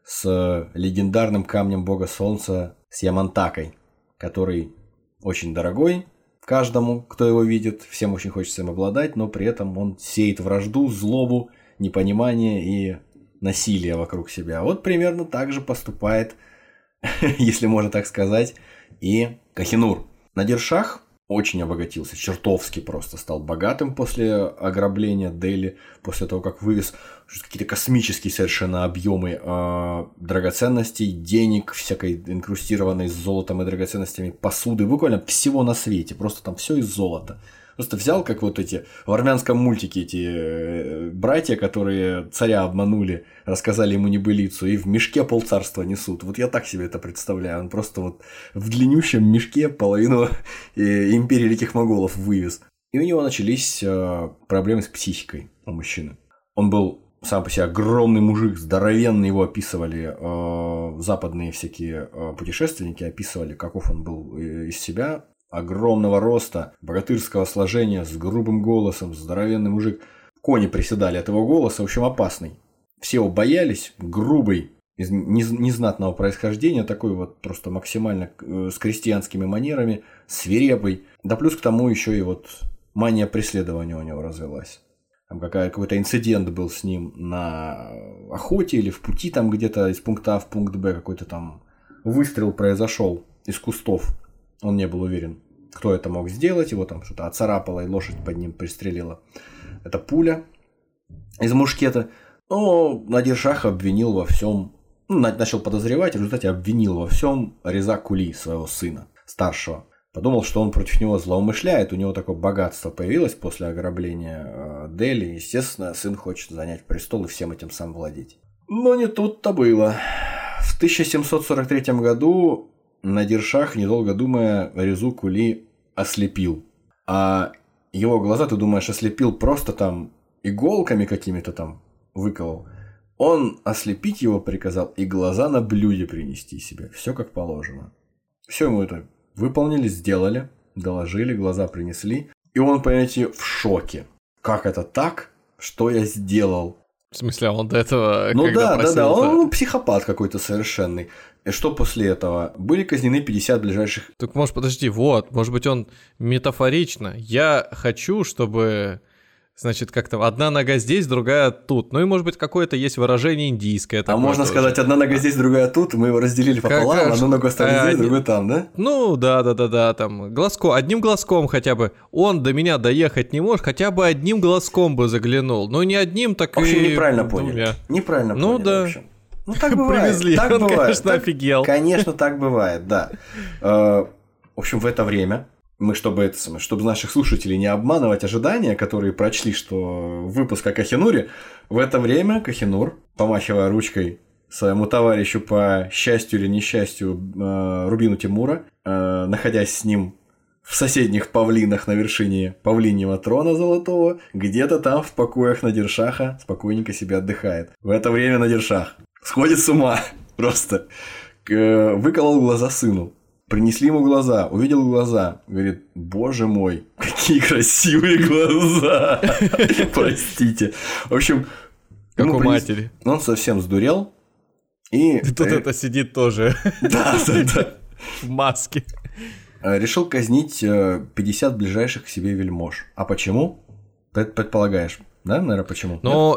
с легендарным камнем бога солнца с Ямантакой, который очень дорогой каждому, кто его видит, всем очень хочется им обладать, но при этом он сеет вражду, злобу, непонимание и насилие вокруг себя. Вот примерно так же поступает, если можно так сказать, и Кохинур. Надир-шах очень обогатился, чертовски просто стал богатым после ограбления Дели, после того, как вывез какие-то космические совершенно объемы э, драгоценностей, денег, всякой инкрустированной с золотом и драгоценностями посуды, буквально всего на свете, просто там все из золота. Просто взял, как вот эти в армянском мультике эти братья, которые царя обманули, рассказали ему небылицу, и в мешке полцарства несут. Вот я так себе это представляю. Он просто вот в длиннющем мешке половину империи великих моголов вывез. И у него начались проблемы с психикой у мужчины. Он был сам по себе огромный мужик, здоровенный, его описывали э, западные всякие э, путешественники, описывали, каков он был из себя. Огромного роста, богатырского сложения, с грубым голосом, здоровенный мужик. Кони приседали от его голоса, в общем, опасный. Все его боялись, грубый, из незнатного происхождения, такой вот просто максимально с крестьянскими манерами, свирепый. Да плюс к тому еще и вот мания преследования у него развелась. Там какой-то инцидент был с ним на охоте или в пути там где-то из пункта А в пункт Б, какой-то там выстрел произошел из кустов. Он не был уверен, кто это мог сделать. Его там что-то оцарапало, и лошадь под ним пристрелила. Это пуля из мушкета. Но Надир-шах обвинил во всем, ну, начал подозревать, в результате обвинил во всем Реза Кули, своего сына, старшего. Подумал, что он против него злоумышляет, у него такое богатство появилось после ограбления Дели. Естественно, сын хочет занять престол и всем этим сам владеть. Но не тут-то было. В тысяча семьсот сорок третьем году Надир-шах, недолго думая, Резу Кули ослепил. А его глаза, ты думаешь, ослепил просто там иголками какими-то там выколол? Он ослепить его приказал и глаза на блюде принести себе. Все как положено. Все ему это выполнили, сделали, доложили, глаза принесли. И он, понимаете, в шоке. Как это так? Что я сделал? В смысле, он до этого... Ну да, да, да, он, он психопат какой-то совершенный. И что после этого? Были казнены пятьдесят ближайших... Так, может, подожди, вот, может быть, он метафорично. Я хочу, чтобы, значит, как-то одна нога здесь, другая тут. Ну и, может быть, какое-то есть выражение индийское. А можно тоже сказать, одна нога здесь, другая тут, мы его разделили пополам, как, одну ногу оставили а, здесь, один... другую там, да? Ну, да-да-да-да, там, глазком, одним глазком хотя бы. Он до меня доехать не может, хотя бы одним глазком бы заглянул. Ну, не одним, так в общем, и... В общем, неправильно поняли. Двумя. Неправильно ну, поняли, да. в общем. Ну, так бывает. Привезли, так он, бывает. конечно, так, офигел. Конечно, так бывает, да. В общем, в это время мы, чтобы, это, чтобы наших слушателей не обманывать ожидания, которые прочли, что выпуск о Кохинуре, в это время Кохинур, помахивая ручкой своему товарищу по счастью или несчастью Рубину Тимура, находясь с ним в соседних павлинах на вершине павлиньего трона золотого, где-то там в покоях Надир-шаха спокойненько себе отдыхает. В это время Надир-шах сходит с ума просто, выколол глаза сыну. Принесли ему глаза, увидел глаза, говорит, боже мой, какие красивые глаза, простите. В общем, как у матери. Он совсем сдурел. И тут это сидит тоже. Да, да, да. В маске. Решил казнить пятьдесят ближайших к себе вельмож. А почему? Предполагаешь, да, наверное, почему? Ну,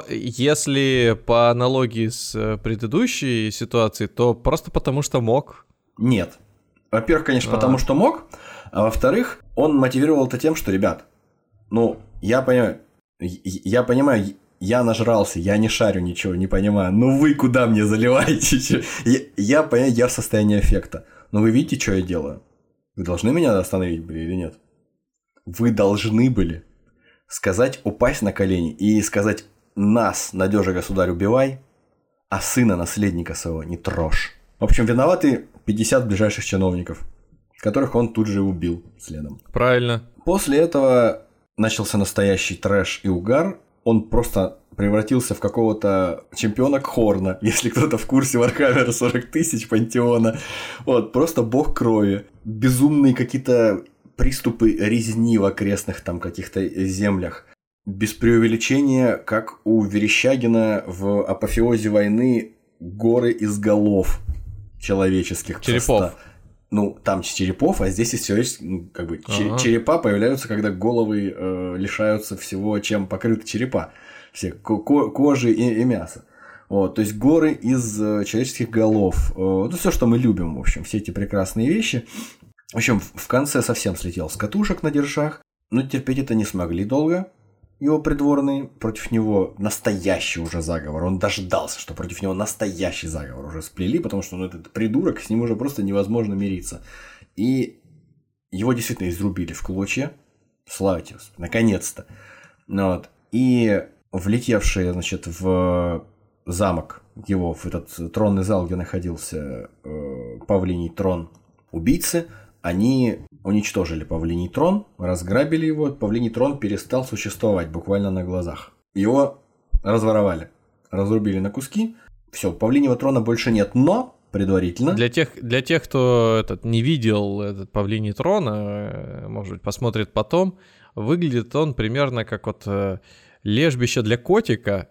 если по аналогии с предыдущей ситуацией, то просто потому что мог. Нет. Во-первых, конечно, а. потому что мог, а во-вторых, он мотивировал это тем, что, ребят, ну, я понимаю, я понимаю, я нажрался, я не шарю ничего, не понимаю, ну вы куда мне заливаете? Я, я понимаю, я в состоянии аффекта, но вы видите, что я делаю? Вы должны меня остановить были или нет? Вы должны были сказать, упасть на колени и сказать, нас, надежа государь, убивай, а сына наследника своего не трожь. В общем, виноваты пятьдесят ближайших чиновников, которых он тут же убил следом. Правильно. После этого начался настоящий трэш и угар. Он просто превратился в какого-то чемпиона Кхорна, если кто-то в курсе Warhammer сорок тысяч Пантеона. Вот, просто бог крови. Безумные какие-то приступы резни в окрестных там каких-то землях. Без преувеличения, как у Верещагина в апофеозе войны, горы из голов человеческих. Черепов. Просто. Ну, там черепов, а здесь из человеческих, как бы, ага. черепа появляются, когда головы э, лишаются всего, чем покрыты черепа. Все, ко- кожи и, и мясо. Вот, то есть горы из э, человеческих голов. Э, ну, все, что мы любим, в общем, все эти прекрасные вещи. В общем, в, в конце совсем слетел с катушек на держах, но терпеть это не смогли долго. Его придворные, против него настоящий уже заговор. Он дождался, что против него настоящий заговор уже сплели, потому что ну, этот придурок, с ним уже просто невозможно мириться. И его действительно изрубили в клочья. Слава тебе, наконец-то. Вот. И влетевшие, значит, в замок его, в этот тронный зал, где находился э, павлиний трон, убийцы, они уничтожили павлиний трон, разграбили его, павлиний трон перестал существовать буквально на глазах. Его разворовали, разрубили на куски, все, павлиньего трона больше нет, но предварительно... Для тех, для тех кто этот, не видел этот павлиний трон, может быть, посмотрит потом, выглядит он примерно как вот лежбище для котика,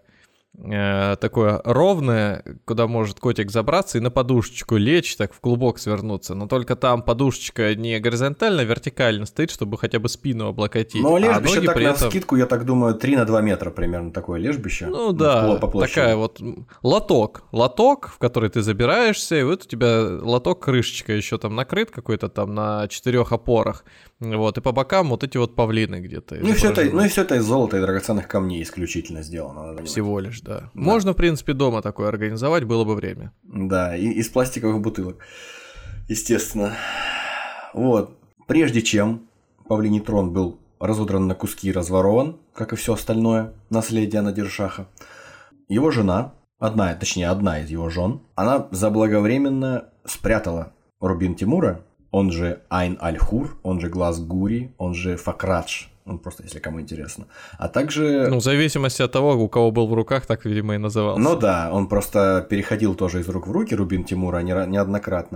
такое ровное, куда может котик забраться и на подушечку лечь, так в клубок свернуться. Но только там подушечка не горизонтально, а вертикально стоит, чтобы хотя бы спину облокотить. Ну, лежбище а так при на этом... скидку, я так думаю, три на два метра примерно такое лежбище. Ну да, такая вот лоток. Лоток, в который ты забираешься, и вот у тебя лоток-крышечка еще там накрыт какой-то там на четырех опорах. Вот, и по бокам вот эти вот павлины где-то. Ну и все это, ну и все это из золота и драгоценных камней исключительно сделано. Всего лишь, да. да. Можно, в принципе, дома такое организовать, было бы время. Да, и из пластиковых бутылок, естественно. Вот, прежде чем павлиний трон был разодран на куски и разворован, как и все остальное наследие Надир-Шаха, его жена, одна, точнее, одна из его жен, она заблаговременно спрятала рубин Тимура, он же Айн-Аль-Хур, он же Глаз Гури, он же Факрадж, ну, просто если кому интересно. А также... Ну, в зависимости от того, у кого был в руках, так, видимо, и назывался. Ну да, он просто переходил тоже из рук в руки, рубин Тимура, неоднократно.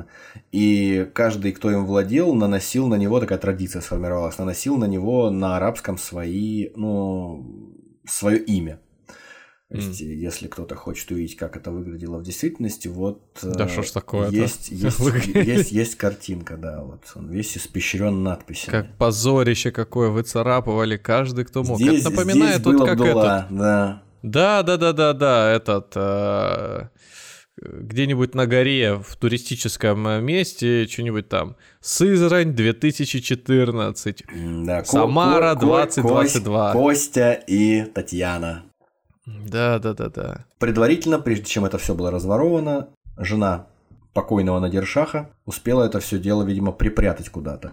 И каждый, кто им владел, наносил на него, такая традиция сформировалась, наносил на него на арабском свои, ну, свое имя. То есть, mm. если кто-то хочет увидеть, как это выглядело в действительности, вот да что ж такое есть, есть, есть, есть картинка, да, вот он весь испещрен надписями. Как позорище какое, выцарапывали каждый, кто мог. Здесь, это напоминает здесь вот как Абдулла, этот. Да. да, да, да, да, да, этот э, где-нибудь на горе в туристическом месте, что-нибудь там. Сызрань две тысячи четырнадцать, да, Самара двадцать двадцать два. Костя и Татьяна. Да, да, да, да. Предварительно, прежде чем это все было разворовано, жена покойного Надир-Шаха успела это все дело, видимо, припрятать куда-то.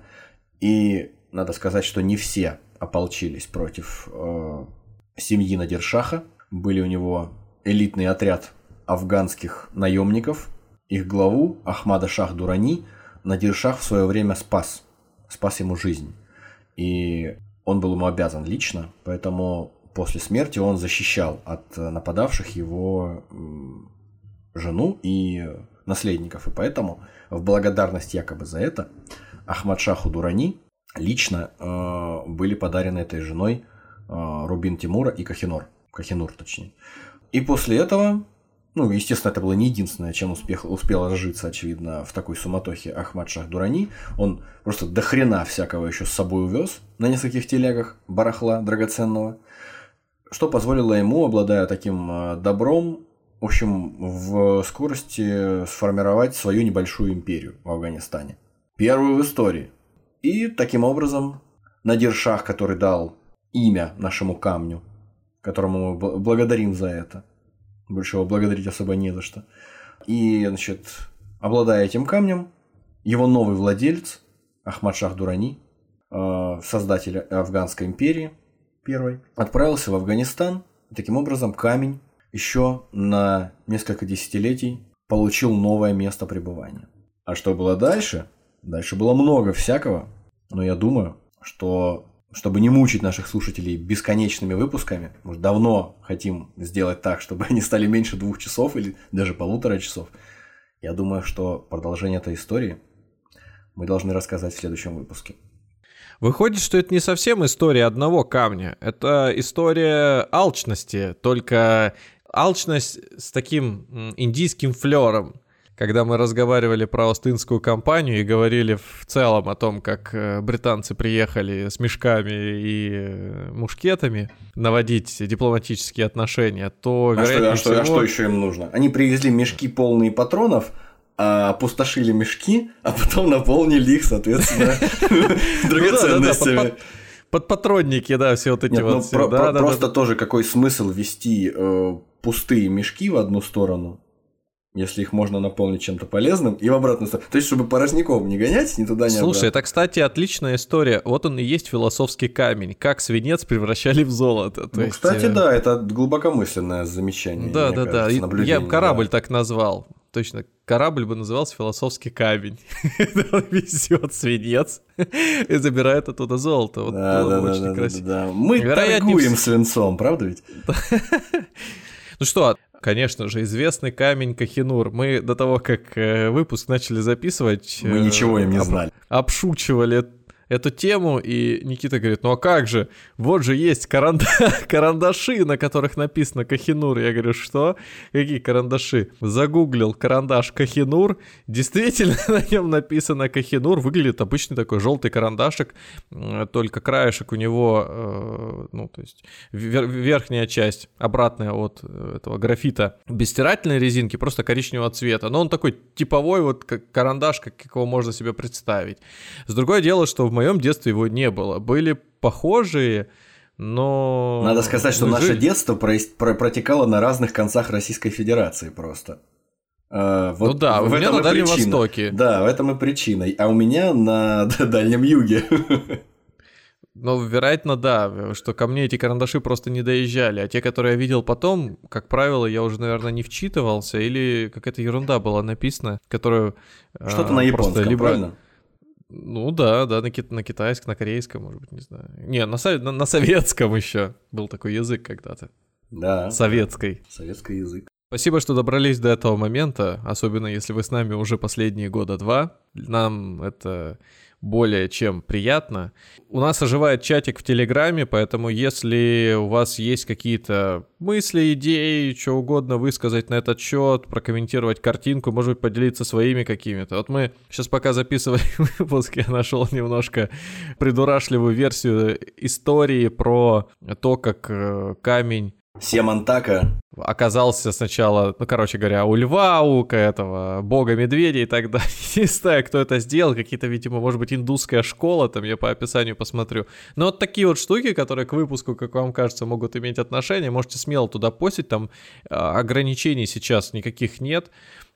И надо сказать, что не все ополчились против э, семьи Надир-Шаха. Были у него элитный отряд афганских наемников. Их главу Ахмада Шах Дурани Надир-Шах в свое время спас. Спас ему жизнь. И он был ему обязан лично, поэтому... После смерти он защищал от нападавших его жену и наследников. И поэтому в благодарность якобы за это Ахмад-шаху Дурани лично э, были подарены этой женой э, рубин Тимура и Кохинур. Кохинур, точнее. И после этого, ну, естественно, это было не единственное, чем успех, успел разжиться, очевидно, в такой суматохе Ахмад-шах Дурани. Он просто до хрена всякого еще с собой увез на нескольких телегах барахла драгоценного, что позволило ему, обладая таким добром, в общем, в скорости сформировать свою небольшую империю в Афганистане. Первую в истории. И таким образом Надир-шах, который дал имя нашему камню, которому мы благодарим за это, больше его благодарить особо не за что, и, значит, обладая этим камнем, его новый владелец, Ахмад-шах Дурани, создатель Афганской империи первой, отправился в Афганистан. И таким образом камень еще на несколько десятилетий получил новое место пребывания. А что было дальше? Дальше было много всякого, но я думаю, что, чтобы не мучить наших слушателей бесконечными выпусками, мы давно хотим сделать так, чтобы они стали меньше двух часов или даже полутора часов, я думаю, что продолжение этой истории мы должны рассказать в следующем выпуске. Выходит, что это не совсем история одного камня, это история алчности, только алчность с таким индийским флером. Когда мы разговаривали про Остинскую кампанию и говорили в целом о том, как британцы приехали с мешками и мушкетами наводить дипломатические отношения, то, а вероятнее что, а, всего... что, а что еще им нужно? Они привезли мешки полные патронов, опустошили мешки, а потом наполнили их, соответственно, драгоценностями. Под патронники, да, все вот эти Нет, вот... ну, все. про- да, про- да, просто да. тоже какой смысл вести э, пустые мешки в одну сторону, если их можно наполнить чем-то полезным, и в обратную сторону. То есть, чтобы порожняком не гонять, ни туда, ни обратно. Слушай, это, кстати, отличная история. Вот он и есть философский камень. Как свинец превращали в золото. То ну, есть, кстати, э... да, это глубокомысленное замечание. Да, мне да, кажется, да. наблюдение, Я корабль да. так назвал. Точно, корабль бы назывался «Философский камень». Он везет свинец и забирает оттуда золото. Вот да, было да, бы да, очень да, красиво. да, да. Мы Вероятнее торгуем вс- свинцом, правда ведь? Ну что, конечно же, известный камень Кохинур. Мы до того, как э, выпуск начали записывать... Мы ничего им не об- знали. Обшучивали эту тему, и Никита говорит, ну а как же, вот же есть каранда... карандаши, на которых написано Кохинур. Я говорю, что? Какие карандаши? Загуглил карандаш Кохинур, действительно на нем написано Кохинур, выглядит обычный такой желтый карандашик, только краешек у него, э, ну то есть вер- верхняя часть, обратная от этого графита, без стирательной резинки, просто коричневого цвета, но он такой типовой вот как карандаш, как его можно себе представить. С другое дело, что в моем детстве его не было. Были похожие, но... Надо сказать, что мы наше жили... детство про- про- протекало на разных концах Российской Федерации просто. А, вот ну да, в у меня этом на и Дальнем причина. Востоке. Да, в этом и причина. А у меня на Дальнем Юге. Ну, вероятно, да, что ко мне эти карандаши просто не доезжали, а те, которые я видел потом, как правило, я уже, наверное, не вчитывался, или какая-то ерунда была написана, которую... Что-то а, на японском, просто либо... правильно? Ну да, да, на, ки- на китайском, на корейском, может быть, не знаю. Не, на, со- на, на советском еще был такой язык когда-то. Да. Советский. Советский язык. Спасибо, что добрались до этого момента, особенно если вы с нами уже последние года два. Нам это более чем приятно. У нас оживает чатик в Телеграме, поэтому если у вас есть какие-то мысли, идеи, что угодно высказать на этот счет, прокомментировать картинку, может быть, поделиться своими какими-то. Вот мы сейчас пока записывали выпуск, я нашел немножко придурашливую версию истории про то, как э, камень Семантака. оказался сначала, ну, короче говоря, у льва, у этого бога-медведя и так далее. Не знаю, кто это сделал, какие-то, видимо, может быть, индусская школа, там я по описанию посмотрю. Но вот такие вот штуки, которые к выпуску, как вам кажется, могут иметь отношение, можете смело туда постить, там ограничений сейчас никаких нет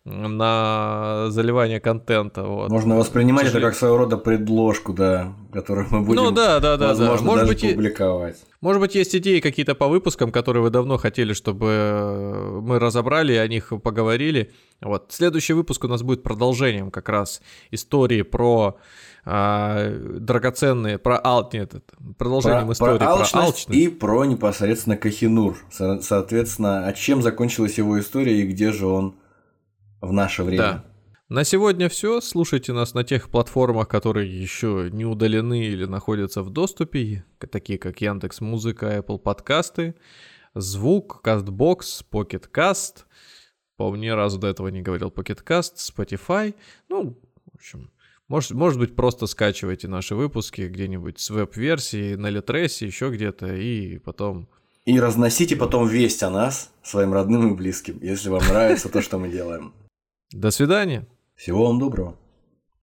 на заливание контента. Вот. Можно воспринимать это как своего рода предложку, да, которую мы будем, ну, да, да, да, возможно, да. Может даже быть, публиковать. Может быть, есть идеи какие-то по выпускам, которые вы давно хотели, чтобы мы разобрали и о них поговорили. Вот. Следующий выпуск у нас будет продолжением как раз истории про а, драгоценные, про ал... Нет, продолжением про, истории про алчность, про алчность. И про непосредственно Кохинур. Со- соответственно, а чем закончилась его история и где же он в наше время. Да. На сегодня все. Слушайте нас на тех платформах, которые еще не удалены или находятся в доступе, такие как Яндекс.Музыка, Apple подкасты, Звук, Castbox, Pocket Cast. По-моему, ни разу до этого не говорил Pocket Cast, Spotify. Ну, в общем, может, может быть, просто скачивайте наши выпуски где-нибудь с веб-версии, на Литресе, еще где-то, и потом... И разносите потом весть о нас своим родным и близким, если вам нравится то, что мы делаем. До свидания. Всего вам доброго.